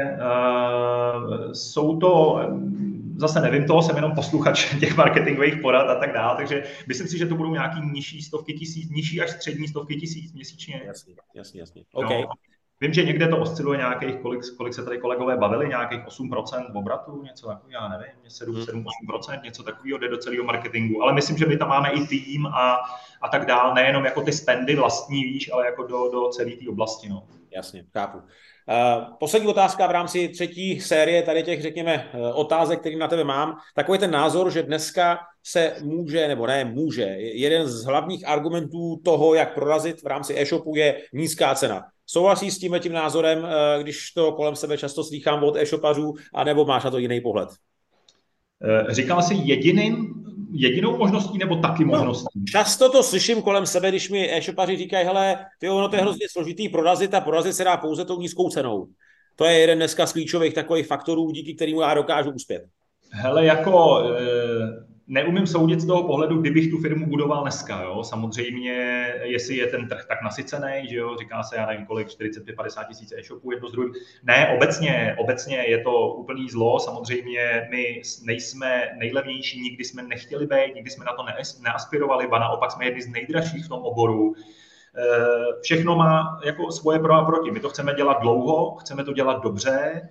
uh, jsou to, zase nevím, toho jsem jenom posluchač těch marketingových porad a tak dále, takže myslím si, že to budou nějaký nižší stovky tisíc, nižší až střední stovky tisíc měsíčně. Jasně, jasně, jasně. OK. No. Vím, že někde to osciluje nějakých, kolik, kolik se tady kolegové bavili, nějakých osm procent obratu, něco takového, já nevím, sedm, sedm, osm procent, něco takového jde do celého marketingu. Ale myslím, že my tam máme i tým a, a tak dál, nejenom jako ty spendy vlastní, víš, ale jako do, do celé té oblasti. No. Jasně, chápu. Uh, poslední otázka v rámci třetí série tady těch, řekněme, otázek, který na tebe mám. Takový ten názor, že dneska se může, nebo ne může, jeden z hlavních argumentů toho, jak prorazit v rámci e-shopu, je nízká cena. Souhlasí s tím tím názorem, když to kolem sebe často slýchám od e-shopařů, anebo máš na to jiný pohled? Říkal jsi jediným, jedinou možností nebo taky možností? No, často to slyším kolem sebe, když mi e-shopaři říkají, hele, ty ono to je hrozně složitý prorazit a prorazit se dá pouze tou nízkou cenou. To je jeden dneska z klíčových takových faktorů, díky kterému já dokážu uspět. Hele, jako neumím soudit z toho pohledu, kdybych tu firmu budoval dneska, jo. Samozřejmě, jestli je ten trh tak nasycený, že jo, říká se, já nevím kolik, čtyřicet pět padesát tisíc e-shopů jedno z druhým. Ne, obecně, obecně je to úplný zlo, samozřejmě my nejsme nejlevnější, nikdy jsme nechtěli být, nikdy jsme na to neaspirovali, ba naopak jsme jedni z nejdražších v tom oboru. Všechno má jako svoje pro a proti. My to chceme dělat dlouho, chceme to dělat dobře,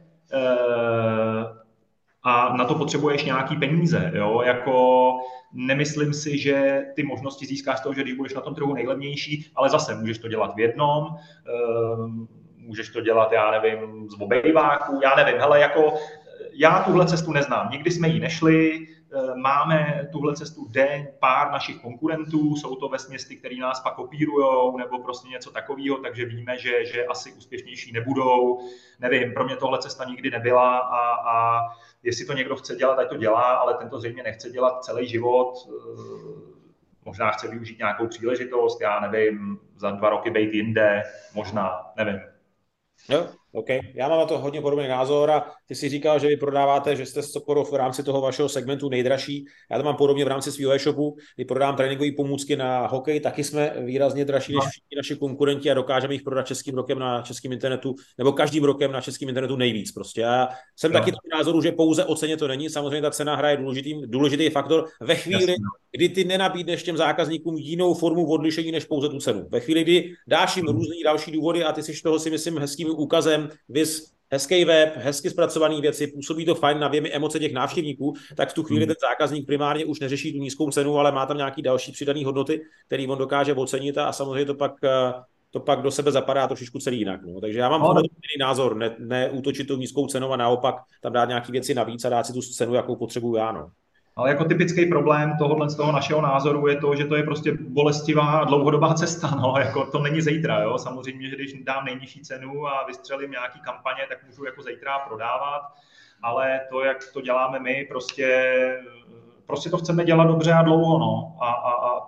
a na to potřebuješ nějaký peníze, jo, jako nemyslím si, že ty možnosti získáš z toho, že když budeš na tom trhu nejlevnější, ale zase můžeš to dělat v jednom, můžeš to dělat, já nevím, z obejváků, já nevím, hele, jako já tuhle cestu neznám, nikdy jsme ji nešli, máme tuhle cestu den pár našich konkurentů, jsou to vesměs ty, který nás pak kopírujou nebo prostě něco takového, takže víme, že, že asi úspěšnější nebudou. Nevím, pro mě tohle cesta nikdy nebyla a, a jestli to někdo chce dělat, ať to dělá, ale ten to zřejmě nechce dělat celý život. Možná chce využít nějakou příležitost, já nevím, za dva roky být jinde, možná, nevím. Jo, OK. Já mám na to hodně podobný názor a ty si říkal, že vy prodáváte, že jste skoro v rámci toho vašeho segmentu nejdražší. Já to mám podobně v rámci svého e-shopu, kdy prodám tréninkové pomůcky na hokej, taky jsme výrazně dražší než všichni naši konkurenti a dokážeme jich prodat českým rokem na českém internetu, nebo každým rokem na českém internetu nejvíc. Prostě já jsem no. taky toho názoru, že pouze o ceně to není. Samozřejmě ta cena hraje důležitý, důležitý faktor ve chvíli, Jasně. kdy ty nenabídneš těm zákazníkům jinou formu odlišení než pouze tu cenu. Ve chvíli, kdy dáš jim různé další důvody a ty jsi toho si myslím hezkým úkazem, vys hezký web, hezky zpracované věci, působí to fajn, navěmi emoce těch návštěvníků, tak v tu chvíli ten zákazník primárně už neřeší tu nízkou cenu, ale má tam nějaký další přidané hodnoty, který on dokáže ocenit a samozřejmě to pak, to pak do sebe zapadá trošičku celý jinak. No. Takže já mám no, jiný názor, ne, ne útočit tou nízkou cenou a naopak tam dát nějaké věci navíc a dát si tu cenu, jakou potřebuju já. No. Ale jako typický problém tohohle z toho našeho názoru je to, že to je prostě bolestivá a dlouhodobá cesta. No. Jako to není zítra. Jo. Samozřejmě, že když dám nejnižší cenu a vystřelím nějaký kampaně, tak můžu jako zítra prodávat. Ale to, jak to děláme my, prostě, prostě to chceme dělat dobře a dlouho. No. A, a, a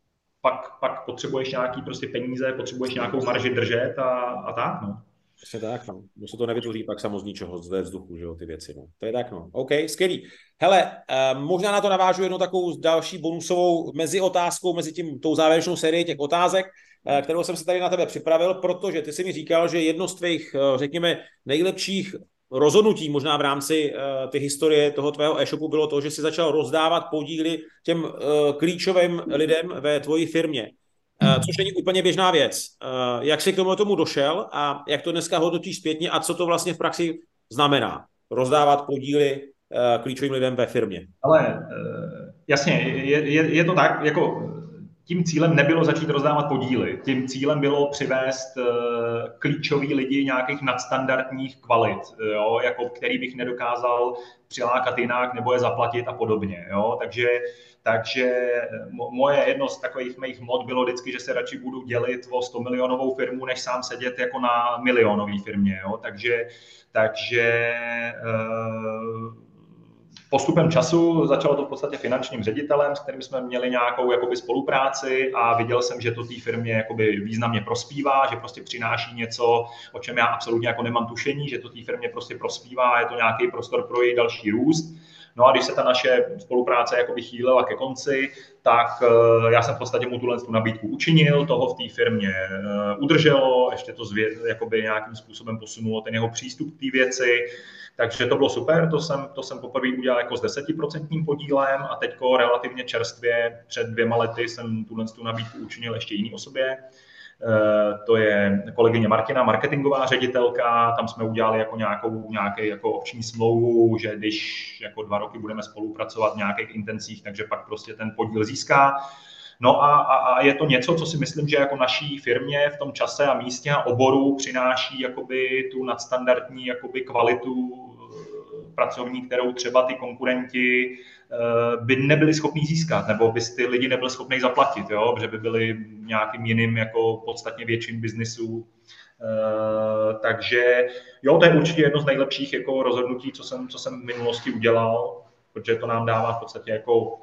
pak, pak potřebuješ nějaký prostě peníze, potřebuješ nějakou marži držet a, a tak. No. Přesně tak, no. Kdo se to nevytvoří pak samo z ničeho, z vzduchu, že jo, ty věci, no. To je tak, no. OK, skvělý. Hele, uh, možná na to navážu jednou takovou další bonusovou mezi otázkou, mezi tím, tou závěrečnou sérii těch otázek, uh, kterou jsem se tady na tebe připravil, protože ty jsi mi říkal, že jedno z tvých, uh, řekněme, nejlepších rozhodnutí možná v rámci uh, ty historie toho tvého e-shopu bylo to, že jsi začal rozdávat podíly těm uh, klíčovým lidem ve tvojí firmě. Uh, což není úplně běžná věc. Uh, jak jsi k tomu tomu došel a jak to dneska hodnotíš zpětně a co to vlastně v praxi znamená? Rozdávat podíly uh, klíčovým lidem ve firmě. Ale uh, jasně, je, je, je to tak, jako tím cílem nebylo začít rozdávat podíly. Tím cílem bylo přivést uh, klíčový lidi nějakých nadstandardních kvalit, jo, jako který bych nedokázal přilákat jinak nebo je zaplatit a podobně. Jo. Takže Takže moje jedno z takových mých mod bylo vždycky, že se radši budu dělit o sto milionovou firmu, než sám sedět jako na milionové firmě. Jo? Takže, takže postupem času začalo to v podstatě finančním ředitelem, s kterým jsme měli nějakou jakoby spolupráci a viděl jsem, že to té firmě jakoby významně prospívá, že prostě přináší něco, o čem já absolutně jako nemám tušení, že to té firmě prostě prospívá, je to nějaký prostor pro její další růst. No a když se ta naše spolupráce jakoby chýlila ke konci, tak já jsem v podstatě mu tuhle tu nabídku učinil, toho v té firmě udrželo, ještě to zvě, jakoby nějakým způsobem posunulo ten jeho přístup k té věci, takže to bylo super, to jsem, to jsem poprvé udělal jako s desetiprocentním podílem a teďko relativně čerstvě před dvěma lety jsem tuhle tu nabídku učinil ještě jiný osobě. to je kolegyně Martina, marketingová ředitelka, tam jsme udělali jako nějakou, nějaký jako obční smlouvu, že když jako dva roky budeme spolupracovat v nějakých intencích, takže pak prostě ten podíl získá. No a, a, a je to něco, co si myslím, že jako naší firmě v tom čase a místě a oboru přináší jakoby tu nadstandardní jakoby kvalitu pracovní, kterou třeba ty konkurenti by nebyli schopni získat, nebo by ty lidi nebyli schopni zaplatit, jo? Protože by byli nějakým jiným, jako podstatně větším biznisu. Takže jo, to je určitě jedno z nejlepších jako rozhodnutí, co jsem, co jsem v minulosti udělal, protože to nám dává v podstatě jako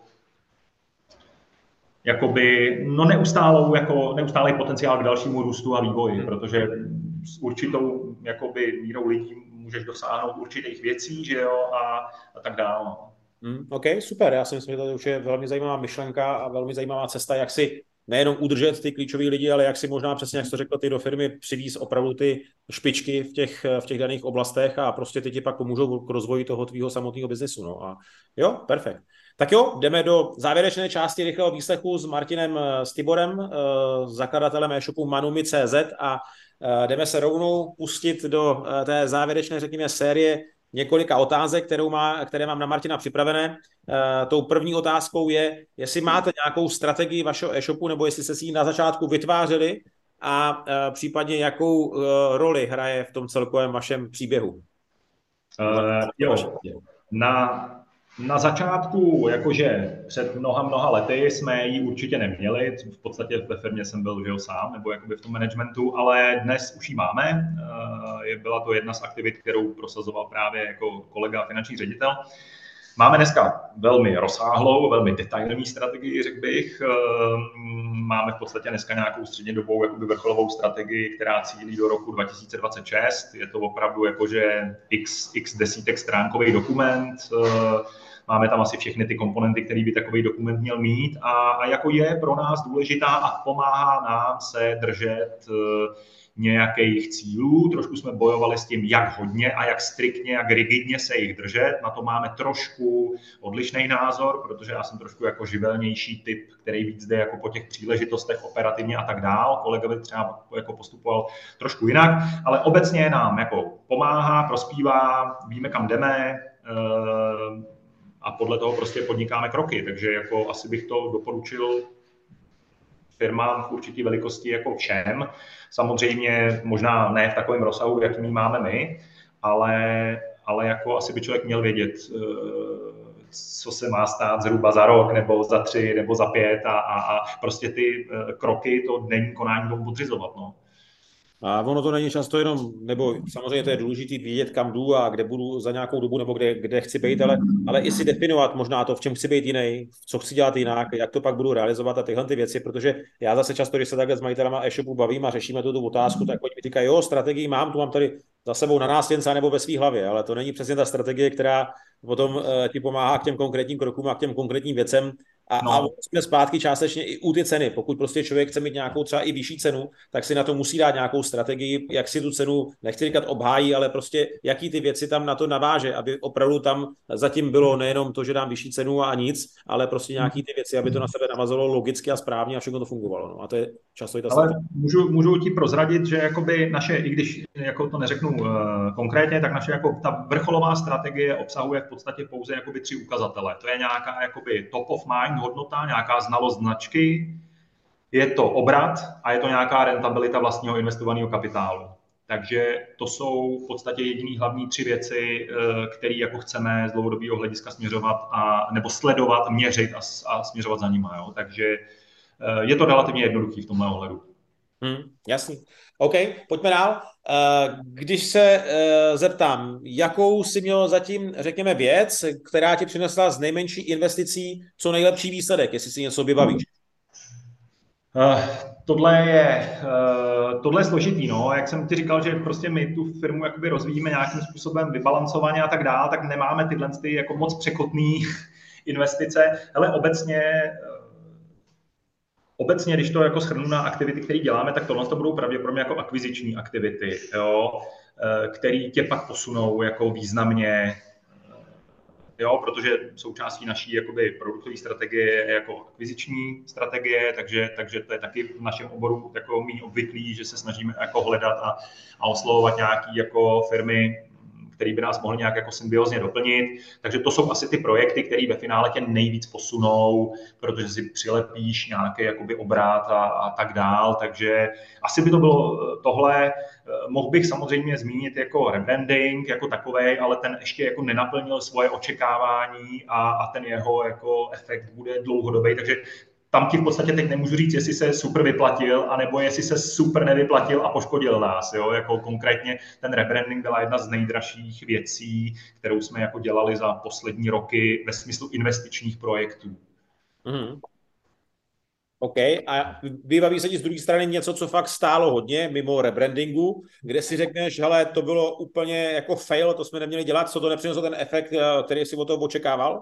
jakoby, no neustálou, jako neustálý potenciál k dalšímu růstu a vývoji, protože s určitou jakoby mírou lidí můžeš dosáhnout určitých věcí, že jo, a, a tak dále. Mm, OK, super, já si myslím, že to už je velmi zajímavá myšlenka a velmi zajímavá cesta, jak si nejenom udržet ty klíčové lidi, ale jak si možná přesně, jak jsi to řekl, ty do firmy přivíz opravdu ty špičky v těch, v těch daných oblastech a prostě ty ti pak pomůžou k rozvoji toho tvýho samotného biznesu. No a jo, perfekt. Tak jo, jdeme do závěrečné části rychlého výslechu s Martinem Stiborem, zakladatelem e-shopu manumi tečka cé zet a jdeme se rovnou pustit do té závěrečné, řekněme, série několika otázek, kterou má, které mám na Martina připravené. Uh, tou první otázkou je, jestli máte nějakou strategii vašeho e-shopu, nebo jestli jste si ji na začátku vytvářeli a uh, případně jakou uh, roli hraje v tom celkovém vašem příběhu. Uh, jo, na, na začátku, jakože před mnoha, mnoha lety jsme ji určitě neměli, v podstatě ve firmě jsem byl, že jo, sám, nebo jakoby v tom managementu, ale dnes už ji máme. Uh, byla to jedna z aktivit, kterou prosazoval právě jako kolega finanční ředitel. Máme dneska velmi rozsáhlou, velmi detailní strategii, řekl bych. Máme v podstatě dneska nějakou střednědobou jakoby vrcholovou strategii, která cílí do roku dva tisíce dvacet šest. Je to opravdu jakože x, x desítek stránkový dokument. Máme tam asi všechny ty komponenty, které by takový dokument měl mít a, a jako je pro nás důležitá a pomáhá nám se držet nějakých cílů. Trošku jsme bojovali s tím, jak hodně a jak striktně, jak rigidně se jich držet. Na to máme trošku odlišný názor, protože já jsem trošku jako živelnější typ, který víc jde jako po těch příležitostech operativně a tak dál. Kolega by třeba jako postupoval trošku jinak, ale obecně nám jako pomáhá, prospívá, víme, kam jdeme a podle toho prostě podnikáme kroky. Takže jako asi bych to doporučil firmám v určitý velikosti jako všem. Samozřejmě možná ne v takovém rozsahu, jaký máme my, ale, ale jako asi by člověk měl vědět, co se má stát zhruba za rok, nebo za tři, nebo za pět a, a, a prostě ty kroky, to denní konání tomu podřizovat. No. A ono to není často jenom, nebo samozřejmě to je důležité vědět, kam jdu a kde budu za nějakou dobu, nebo kde, kde chci být, ale, ale i si definovat možná to, v čem chci být jiný, co chci dělat jinak, jak to pak budu realizovat a tyhle ty věci, protože já zase často, když se takhle s majitelama e-shopu bavím a řešíme tu, tu otázku, tak oni mi říkají, jo, strategii mám, tu mám tady za sebou na nástěnce nebo ve své hlavě, ale to není přesně ta strategie, která potom uh, ti pomáhá k těm konkrétním krokům a k těm konkrétním věcem. A, no. a jsme zpátky částečně i u ty ceny. Pokud prostě člověk chce mít nějakou třeba i vyšší cenu, tak si na to musí dát nějakou strategii, jak si tu cenu, nechci říkat obhájí, ale prostě jaký ty věci tam na to naváže, aby opravdu tam zatím bylo nejenom to, že dám vyšší cenu a nic, ale prostě nějaký ty věci, aby to na sebe navazalo logicky a správně a všechno to fungovalo. No. A to je často i ta ale můžu, můžu ti prozradit, že jakoby naše, i když jako to neřeknu uh, konkrétně, tak naše jako ta vrcholová strategie obsahuje v podstatě pouze jakoby tři ukazatele. To je nějaká jakoby top of mind hodnota, nějaká znalost značky, je to obrat a je to nějaká rentabilita vlastního investovaného kapitálu. Takže to jsou v podstatě jediný hlavní tři věci, které jako chceme z dlouhodobého hlediska směřovat a nebo sledovat, měřit a, a směřovat za nima. Jo. Takže je to relativně jednoduchý v tomhle ohledu. Hmm, jasný. OK, pojďme dál. Když se zeptám, jakou jsi měl zatím, řekněme, věc, která ti přinesla z nejmenší investicí co nejlepší výsledek, jestli si něco vybavíš? Uh, tohle je, uh, tohle je složitý, no. Jak jsem ti říkal, že prostě my tu firmu jakoby rozvíjíme nějakým způsobem vybalancovaně a tak dále, tak nemáme tyhle ty jako moc překotný investice. Hele, obecně Obecně, když to jako shrnu na aktivity, které děláme, tak tohle to budou pravděpodobně jako akviziční aktivity, jo, které tě pak posunou jako významně jo, protože součástí naší jakoby produktové strategie je jako akviziční strategie, takže, takže to je taky v našem oboru jako méně obvyklý, že se snažíme jako hledat a, a oslovovat nějaký jako firmy, který by nás mohly nějak jako symbiozně doplnit. Takže to jsou asi ty projekty, které ve finále tě nejvíc posunou, protože si přilepíš nějaký jakoby obrat a, a tak dál. Takže asi by to bylo tohle. Mohl bych samozřejmě zmínit jako rebranding jako takovej, ale ten ještě jako nenaplnil svoje očekávání a, a ten jeho jako efekt bude dlouhodobý. Takže tam ti v podstatě teď nemůžu říct, jestli se super vyplatil, anebo jestli se super nevyplatil a poškodil nás. Jo? Jako konkrétně ten rebranding byla jedna z nejdražších věcí, kterou jsme jako dělali za poslední roky ve smyslu investičních projektů. Mm-hmm. OK. A vybaví se ti z druhé strany něco, co fakt stálo hodně, mimo rebrandingu, kde si řekneš, hele, to bylo úplně jako fail, to jsme neměli dělat, co to nepřineslo ten efekt, který si od toho očekával?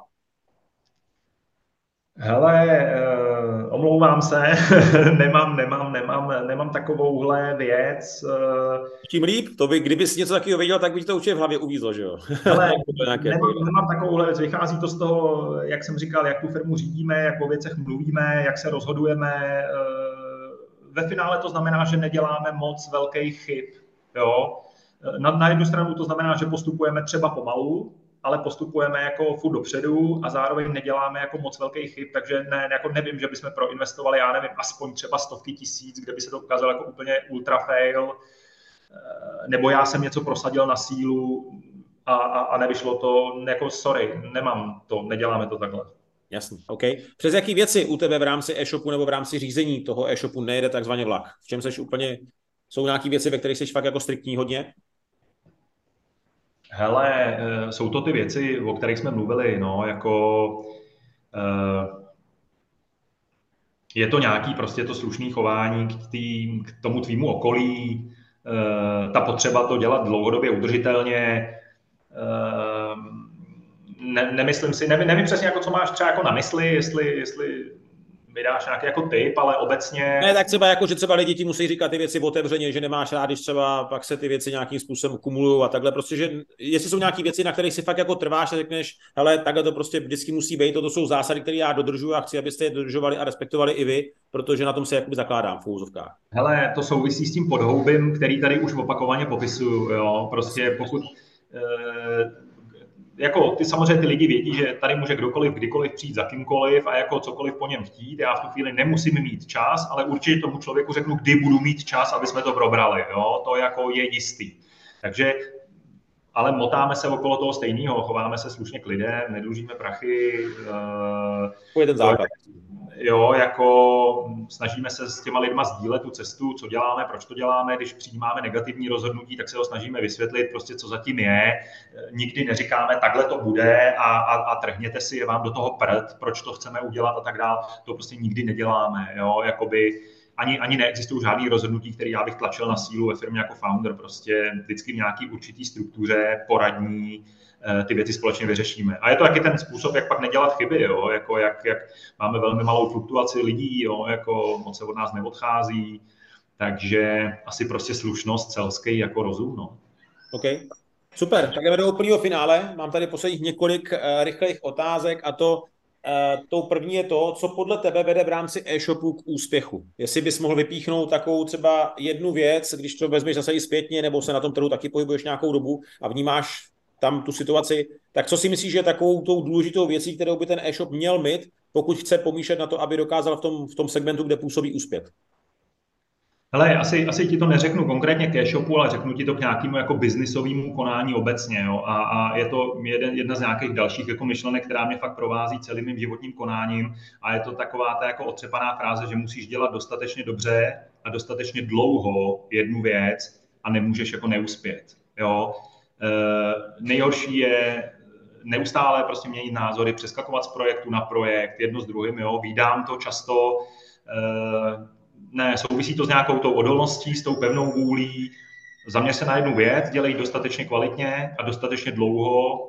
Hele, uh, omlouvám se, nemám, nemám, nemám, nemám takovouhle věc. Uh, Tím líp, to by, kdyby jsi něco takového věděl, tak by ti to určitě v hlavě uvízlo, že jo? Hele, nemám, nemám takovouhle věc, vychází to z toho, jak jsem říkal, jak tu firmu řídíme, jak o věcech mluvíme, jak se rozhodujeme. Uh, ve finále to znamená, že neděláme moc velkých chyb, jo. Na, na jednu stranu to znamená, že postupujeme třeba pomalu, ale postupujeme jako furt dopředu a zároveň neděláme jako moc velkých chyb, takže ne, jako nevím, že bychom proinvestovali, já nevím, aspoň třeba stovky tisíc, kde by se to ukázalo jako úplně ultra fail, nebo já jsem něco prosadil na sílu a, a, a nevyšlo to, jako sorry, nemám to, neděláme to takhle. Jasně, OK. Přes jaký věci u tebe v rámci e-shopu nebo v rámci řízení toho e-shopu nejede takzvaně vlak? V čem seš úplně, jsou nějaké věci, ve kterých seš fakt jako striktní hodně? Hele, jsou to ty věci, o kterých jsme mluvili, no, jako je to nějaký prostě to slušné chování k, tý, k tomu tvýmu okolí, ta potřeba to dělat dlouhodobě udržitelně. Ne, nemyslím si, nevím, nevím přesně, jako, co máš třeba jako na mysli, jestli, jestli mi dáš nějaký jako tip, ale obecně... Ne, tak třeba jako, že třeba lidi ti musí říkat ty věci otevřeně, že nemáš rád, když třeba pak se ty věci nějakým způsobem kumulují a takhle. Prostě, že jestli jsou nějaké věci, na kterých si fakt jako trváš a řekneš, hele, takhle to prostě vždycky musí být, to jsou zásady, které já dodržuju a chci, abyste je dodržovali a respektovali i vy, protože na tom se jakoby zakládám v úzovkách. Hele, to souvisí s tím podhoubím, který tady už opakovaně popisuju, jo. Prostě pokud... E- jako ty samozřejmě ty lidi vědí, že tady může kdokoliv, kdykoliv přijít za kýmkoliv a jako cokoliv po něm chtít. Já v tu chvíli nemusím mít čas, ale určitě tomu člověku řeknu, kdy budu mít čas, aby jsme to probrali. Jo? To jako je jistý. Takže, ale motáme se okolo toho stejného, chováme se slušně k lidem, nedlužíme prachy. To je ten základ. Jo, jako snažíme se s těma lidma sdílet tu cestu, co děláme, proč to děláme, když přijímáme negativní rozhodnutí, tak se ho snažíme vysvětlit, prostě co zatím je. Nikdy neříkáme, takhle to bude a, a, a trhněte si, je vám do toho prd, proč to chceme udělat a tak dále. To prostě nikdy neděláme, jo, jakoby ani, ani neexistují žádný rozhodnutí, které já bych tlačil na sílu ve firmě jako founder, prostě vždycky v nějaký určitý struktuře, poradní, ty věci společně vyřešíme. A je to taky ten způsob, jak pak nedělat chyby, jo? Jako jak, jak máme velmi malou fluktuaci lidí, jo? Jako moc se od nás neodchází, takže asi prostě slušnost, selský jako rozum. No. OK, super, tak jdeme do úplného finále. Mám tady posledních několik uh, rychlých otázek a to uh, tou první je to, co podle tebe vede v rámci e-shopu k úspěchu. Jestli bys mohl vypíchnout takovou třeba jednu věc, když to vezmeš zase i zpětně, nebo se na tom trhu taky pohybuješ nějakou dobu a vnímáš tam tu situaci, tak co si myslíš, že je takovou tou důležitou věcí, kterou by ten e-shop měl mít, pokud chce pomýšlet na to, aby dokázal v tom, v tom segmentu, kde působí, uspět? Hele, asi, asi ti to neřeknu konkrétně k e-shopu, ale řeknu ti to k nějakému jako biznisovému konání obecně. Jo? A, a je to jeden, jedna z nějakých dalších jako myšlenek, která mě fakt provází celým mým životním konáním. A je to taková ta jako otřepaná fráze, že musíš dělat dostatečně dobře a dostatečně dlouho jednu věc a nemůžeš jako neuspět. Jo? Uh, nejhorší je neustále prostě měnit názory, přeskakovat z projektu na projekt, jedno s druhým, jo, vídám to často, uh, ne, souvisí to s nějakou tou odolností, s tou pevnou vůlí, zaměř se na jednu věc, dělej dostatečně kvalitně a dostatečně dlouho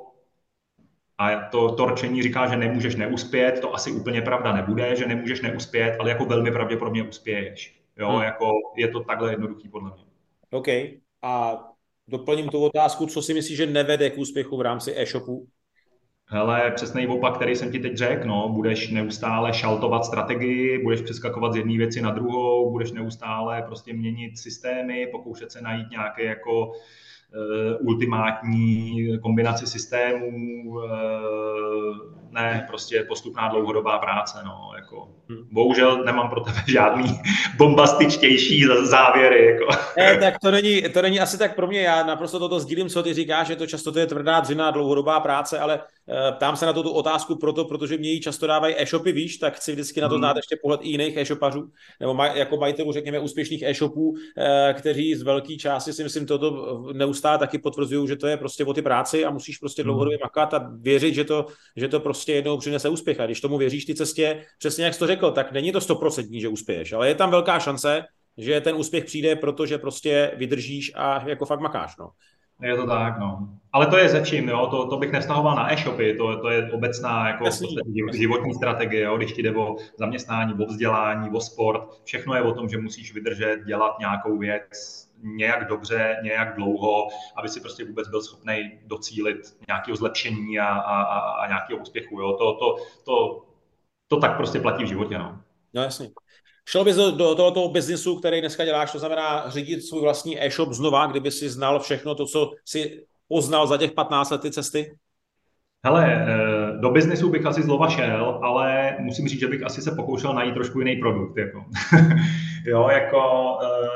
a to, to rčení říká, že nemůžeš neuspět, to asi úplně pravda nebude, že nemůžeš neuspět, ale jako velmi pravděpodobně uspěješ, jo, hmm. jako je to takhle jednoduchý podle mě. OK, a doplním tu otázku, co si myslíš, že nevede k úspěchu v rámci e-shopu? Hele, přesný opak, který jsem ti teď řekl, no, budeš neustále šaltovat strategii, budeš přeskakovat z jedné věci na druhou, budeš neustále prostě měnit systémy, pokoušet se najít nějaké jako uh, ultimátní kombinaci systémů, uh, ne, prostě postupná dlouhodobá práce, no, jako. Bohužel nemám pro tebe žádný bombastičtější závěry, jako. Ne, tak to není, to není asi tak pro mě, já naprosto toto sdílím, co ty říkáš, že to často to je tvrdá, dřiná, dlouhodobá práce, ale uh, ptám se na to tu otázku proto, protože mě ji často dávají e-shopy, víš, tak chci vždycky na to znát ještě pohled i jiných e-shopařů, nebo maj, jako majitelů, řekněme, úspěšných e-shopů, uh, kteří z velké části si myslím toto neustále taky potvrzují, že to je prostě o ty práci a musíš prostě dlouhodobě makat a věřit, že to, že to prostě jednou přinese úspěch. A když tomu věříš ty cestě, přesně jak jsi to řekl, tak není to stoprocentní, že uspěješ, ale je tam velká šance, že ten úspěch přijde, protože prostě vydržíš a jako fakt makáš, no. Je to tak, no. Ale to je ze vším, jo, to, to bych nevztahoval na e-shopy, to, to je obecná jako Jasný, životní strategie, jo, když ti jde o zaměstnání, o vzdělání, o sport, všechno je o tom, že musíš vydržet, dělat nějakou věc nějak dobře, nějak dlouho, aby si prostě vůbec byl schopný docílit nějakého zlepšení a, a, a nějakého úspěchu, jo, to, to, to, to tak prostě platí v životě, no. No jasně. Šel bys do, do tohoto biznisu, který dneska děláš, to znamená řídit svůj vlastní e-shop znova, kdyby si znal všechno to, co si poznal za těch patnáct let ty cesty? Hele, do biznesu bych asi znova šel, ale musím říct, že bych asi se pokoušel najít trošku jiný produkt. Jako. jo, jako...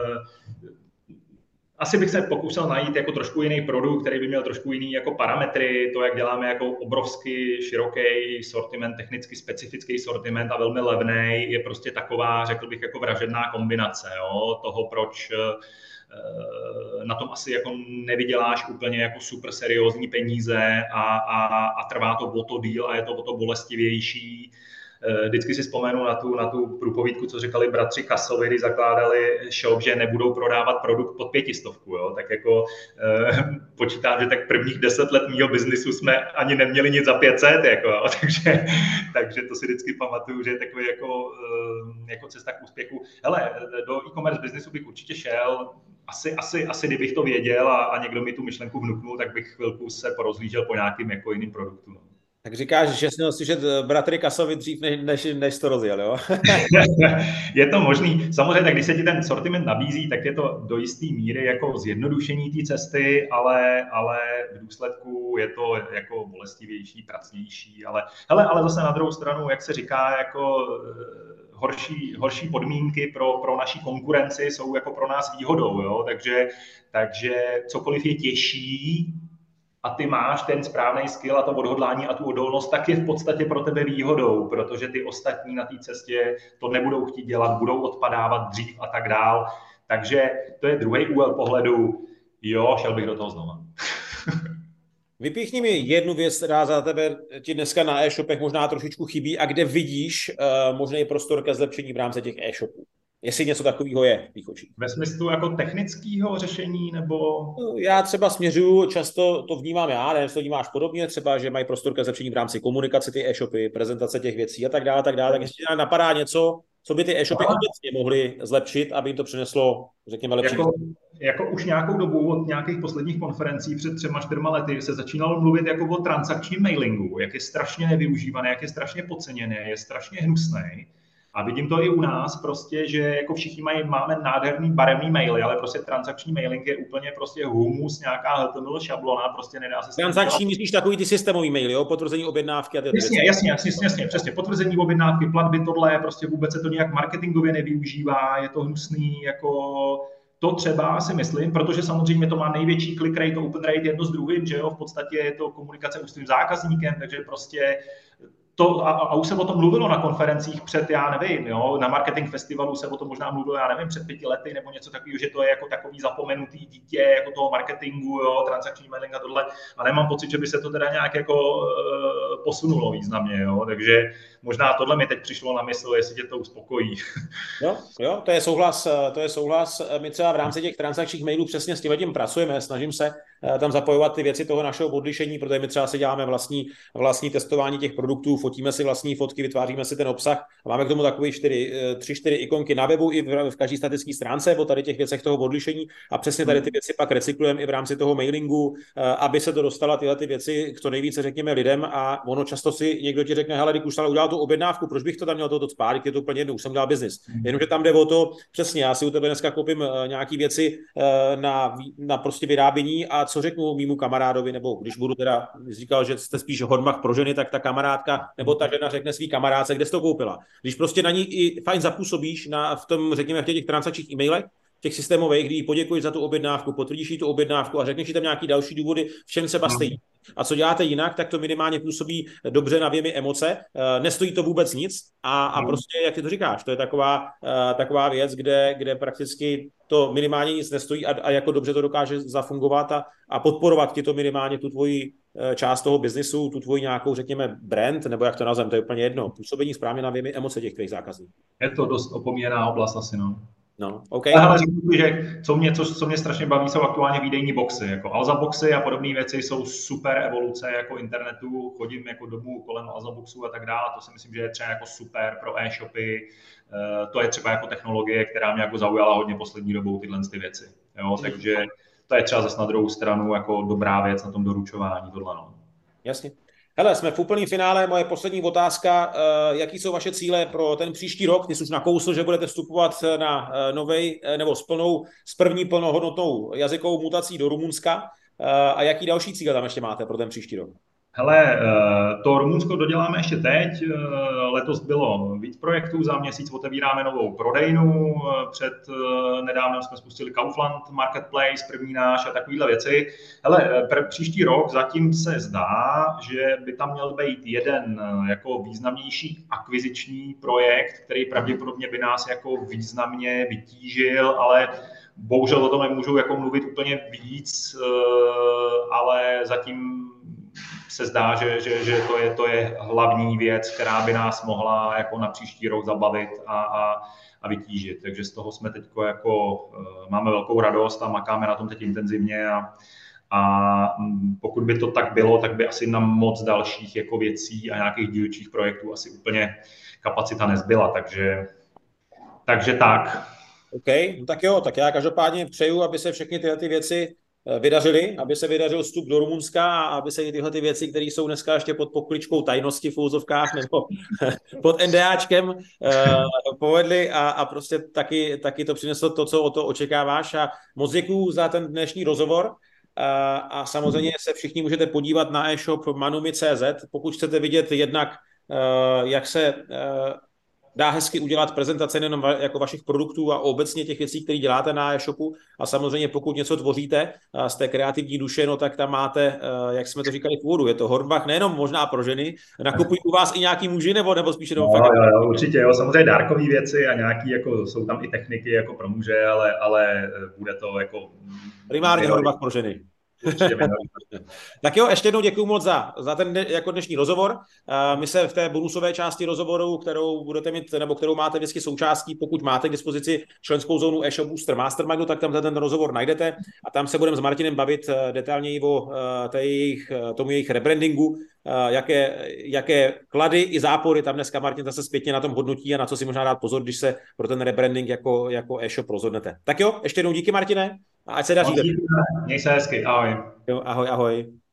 Asi bych se pokusil najít jako trošku jiný produkt, který by měl trošku jiný jako parametry, to, jak děláme jako obrovský, široký sortiment, technicky specifický sortiment a velmi levný, je prostě taková, řekl bych, jako vražedná kombinace, jo, toho, proč na tom asi jako nevyděláš úplně jako super seriózní peníze a, a, a trvá to o to díl a je to o to bolestivější. Vždycky si vzpomenu na tu, na tu průpovídku, co říkali bratři Kasovi, když zakládali shop, že nebudou prodávat produkt pod pětistovku. Jo? Tak jako eh, počítám, že tak prvních deset let mýho biznisu jsme ani neměli nic za pět set, jako, jo? takže, takže to si vždycky pamatuju, že je takový jako, eh, jako cesta k úspěchu. Hele, do e-commerce biznisu bych určitě šel, asi, asi, asi kdybych to věděl a, a někdo mi tu myšlenku vnuknul, tak bych chvilku se porozlížel po nějakým jako jiným produktu. No. Tak říkáš, že jsi měl slyšet bratry Kasovi dřív, než, než, než to rozjel, jo? Je to možný. Samozřejmě, tak když se ti ten sortiment nabízí, tak je to do jisté míry jako zjednodušení té cesty, ale, ale v důsledku je to jako bolestivější, pracnější. Ale, hele, ale zase na druhou stranu, jak se říká, jako horší, horší podmínky pro, pro naší konkurenci jsou jako pro nás výhodou. Jo? Takže, takže cokoliv je těžší, a ty máš ten správný skill a to odhodlání a tu odolnost, tak je v podstatě pro tebe výhodou, protože ty ostatní na té cestě to nebudou chtít dělat, budou odpadávat dřív a tak dál. Takže to je druhý úhel pohledu. Jo, šel bych do toho znova. Vypíchni mi jednu věc, která za tebe ti dneska na e-shopech možná trošičku chybí a kde vidíš uh, možný prostor ke zlepšení v rámci těch e-shopů. Jestli něco takového je v těch očích. Ve smyslu jako technického řešení, nebo... Já třeba směřuju, často to vnímám já, ne, to vnímáš podobně, třeba, že mají prostor ke zlepšení v rámci komunikace ty e-shopy, prezentace těch věcí a tak dále, tak dále. Tak jestli napadá něco, co by ty e-shopy obecně mohly zlepšit, aby jim to přineslo, řekněme, lepší. Jako, jako už nějakou dobu od nějakých posledních konferencí před třema, čtyřma lety se začínalo mluvit jako o transakčním mailingu, jak je strašně nevyužívaný, jak je strašně podceněný, je strašně hnusný. A vidím to i u nás prostě, že jako všichni mají, máme nádherný barevný maily, ale prostě transakční mailing je úplně prostě humus, nějaká H T M L šablona, prostě nedá se... Transakční myslíš takový ty systémový maily, jo? Potvrzení objednávky a ty jasně, jasně, jasně, jasně, přesně, potvrzení objednávky, platby, tohle, prostě vůbec se to nějak marketingově nevyužívá, je to hnusný, jako... To třeba si myslím, protože samozřejmě to má největší click rate, to open rate jedno s druhým, že jo, v podstatě je to komunikace už s tím zákazníkem, takže prostě to, a, a už se o tom mluvilo na konferencích před, já nevím, jo, na marketing festivalu se o tom možná mluvilo, já nevím, před pěti lety nebo něco takového, že to je jako takový zapomenutý dítě, jako toho marketingu, jo, transakční mailing a tohle. A nemám pocit, že by se to teda nějak jako uh, posunulo významně, jo? Takže možná tohle mi teď přišlo na mysl, jestli tě to uspokojí. Jo, jo, to je souhlas, to je souhlas. My třeba v rámci těch transakčních mailů přesně s tím pracujeme, snažím se tam zapojovat ty věci toho našeho odlišení, protože my třeba si děláme vlastní, vlastní testování těch produktů, fotíme si vlastní fotky, vytváříme si ten obsah a máme k tomu takové čtyři, tři, čtyři ikonky na webu i v, v každé statické stránce o tady těch věcech toho odlišení a přesně tady ty věci pak recyklujeme i v rámci toho mailingu, aby se to dostala tyhle ty věci k co nejvíce řekněme lidem a ono často si někdo ti řekne, hele, když už ale udělal tu objednávku, proč bych to tam měl toto spát, je to úplně jedno, už jsem dělal biznis. Jenomže tam jde o to, přesně, já si u tebe dneska koupím nějaký věci na, na prostě vyrábění a co řeknu mýmu kamarádovi, nebo když budu teda, říkal, že jste spíš hodmach pro ženy, tak ta kamarádka nebo ta žena řekne svý kamarádce, kde jsi to koupila. Když prostě na ní i fajn zapůsobíš na, v tom, řekněme, v těch transakčních e-mailech, těch systémových, kdy jí poděkuješ za tu objednávku, potvrdíš jí tu objednávku a řekneš jí tam nějaký další důvody, v čem se bastejí. A co děláte jinak, tak to minimálně působí dobře na věmi emoce. Nestojí to vůbec nic a, a prostě, jak ty to říkáš, to je taková, taková věc, kde, kde prakticky to minimálně nic nestojí a, a jako dobře to dokáže zafungovat a, a podporovat ti to minimálně tu tvoji část toho biznisu, tu tvoji nějakou, řekněme, brand, nebo jak to nazvem, to je úplně jedno. Působení správně na věmi emoce těch tvých zákazníků. Je to dost opomíjená oblast asi, no. No, okay. Ale říkám, že co mě, co, co mě strašně baví, jsou aktuálně výdejní boxy. Jako Alza boxy a podobné věci jsou super evoluce jako internetu. Chodím jako domů kolem Alza boxů a tak dále. To si myslím, že je třeba jako super pro e-shopy. To je třeba jako technologie, která mě jako zaujala hodně poslední dobou tyhle ty věci. Jo? Takže to je třeba zase na druhou stranu jako dobrá věc na tom doručování. Tohle, no. Jasně. Hele, jsme v úplném finále. Moje poslední otázka. Jaký jsou vaše cíle pro ten příští rok? Ty jsi už nakousl, že budete vstupovat na novej, nebo s, plnou, s první plnohodnotnou jazykovou mutací do Rumunska. A jaký další cíle tam ještě máte pro ten příští rok? Hele, to Rumunsko doděláme ještě teď. Letos bylo víc projektů, za měsíc otevíráme novou prodejnu. Před nedávnem jsme spustili Kaufland Marketplace, první náš a takovýhle věci. Hele, příští rok zatím se zdá, že by tam měl být jeden jako významnější akviziční projekt, který pravděpodobně by nás jako významně vytížil, ale bohužel o tom nemůžu jako mluvit úplně víc, ale zatím se zdá, že, že, že to, je, to je hlavní věc, která by nás mohla jako na příští rok zabavit a, a, a vytížit. Takže z toho jsme teď jako, uh, máme velkou radost a makáme na tom teď intenzivně a, a pokud by to tak bylo, tak by asi na moc dalších jako věcí a nějakých dílčích projektů asi úplně kapacita nezbyla. Takže, takže tak. OK, no tak jo, tak já každopádně přeju, aby se všechny tyhle ty věci vydařili, aby se vydařil vstup do Rumunska a aby se i tyhle ty věci, které jsou dneska ještě pod pokličkou tajnosti v úzovkách nebo pod NDAčkem povedly a, a prostě taky, taky to přineslo to, co o to očekáváš a moc děkuju za ten dnešní rozhovor a, a samozřejmě se všichni můžete podívat na e-shop manumi tečka cé zet, pokud chcete vidět jednak, jak se dá hezky udělat prezentace nejen jako vašich produktů a obecně těch věcí, které děláte na e-shopu a samozřejmě pokud něco tvoříte z té kreativní duše, no tak tam máte, jak jsme to říkali v úvodu, je to Hornbach nejenom možná pro ženy, nakupují u vás i nějaký muži nebo, nebo spíše nebo no, fakt? Jo, jo, určitě, jo, samozřejmě dárkové věci a nějaký, jako, jsou tam i techniky jako pro muže, ale, ale bude to jako... Primárně Hornbach pro ženy. Tak jo, ještě jednou děkuji moc za, za ten jako dnešní rozhovor. Uh, my se v té bonusové části rozhovoru, kterou budete mít, nebo kterou máte vždycky součástí, pokud máte k dispozici členskou zónu eShop Booster Mastermindu, tak tam ten rozhovor najdete a tam se budeme s Martinem bavit detailněji o uh, té jejich, tomu jejich rebrandingu, uh, jaké, jaké klady i zápory tam dneska Martin zase zpětně na tom hodnotí a na co si možná dát pozor, když se pro ten rebranding jako, jako e-shop rozhodnete. Tak jo, ještě jednou díky, Martine, a ať se daří. Měj se hezky, ahoj. Jo, ahoj, ahoj.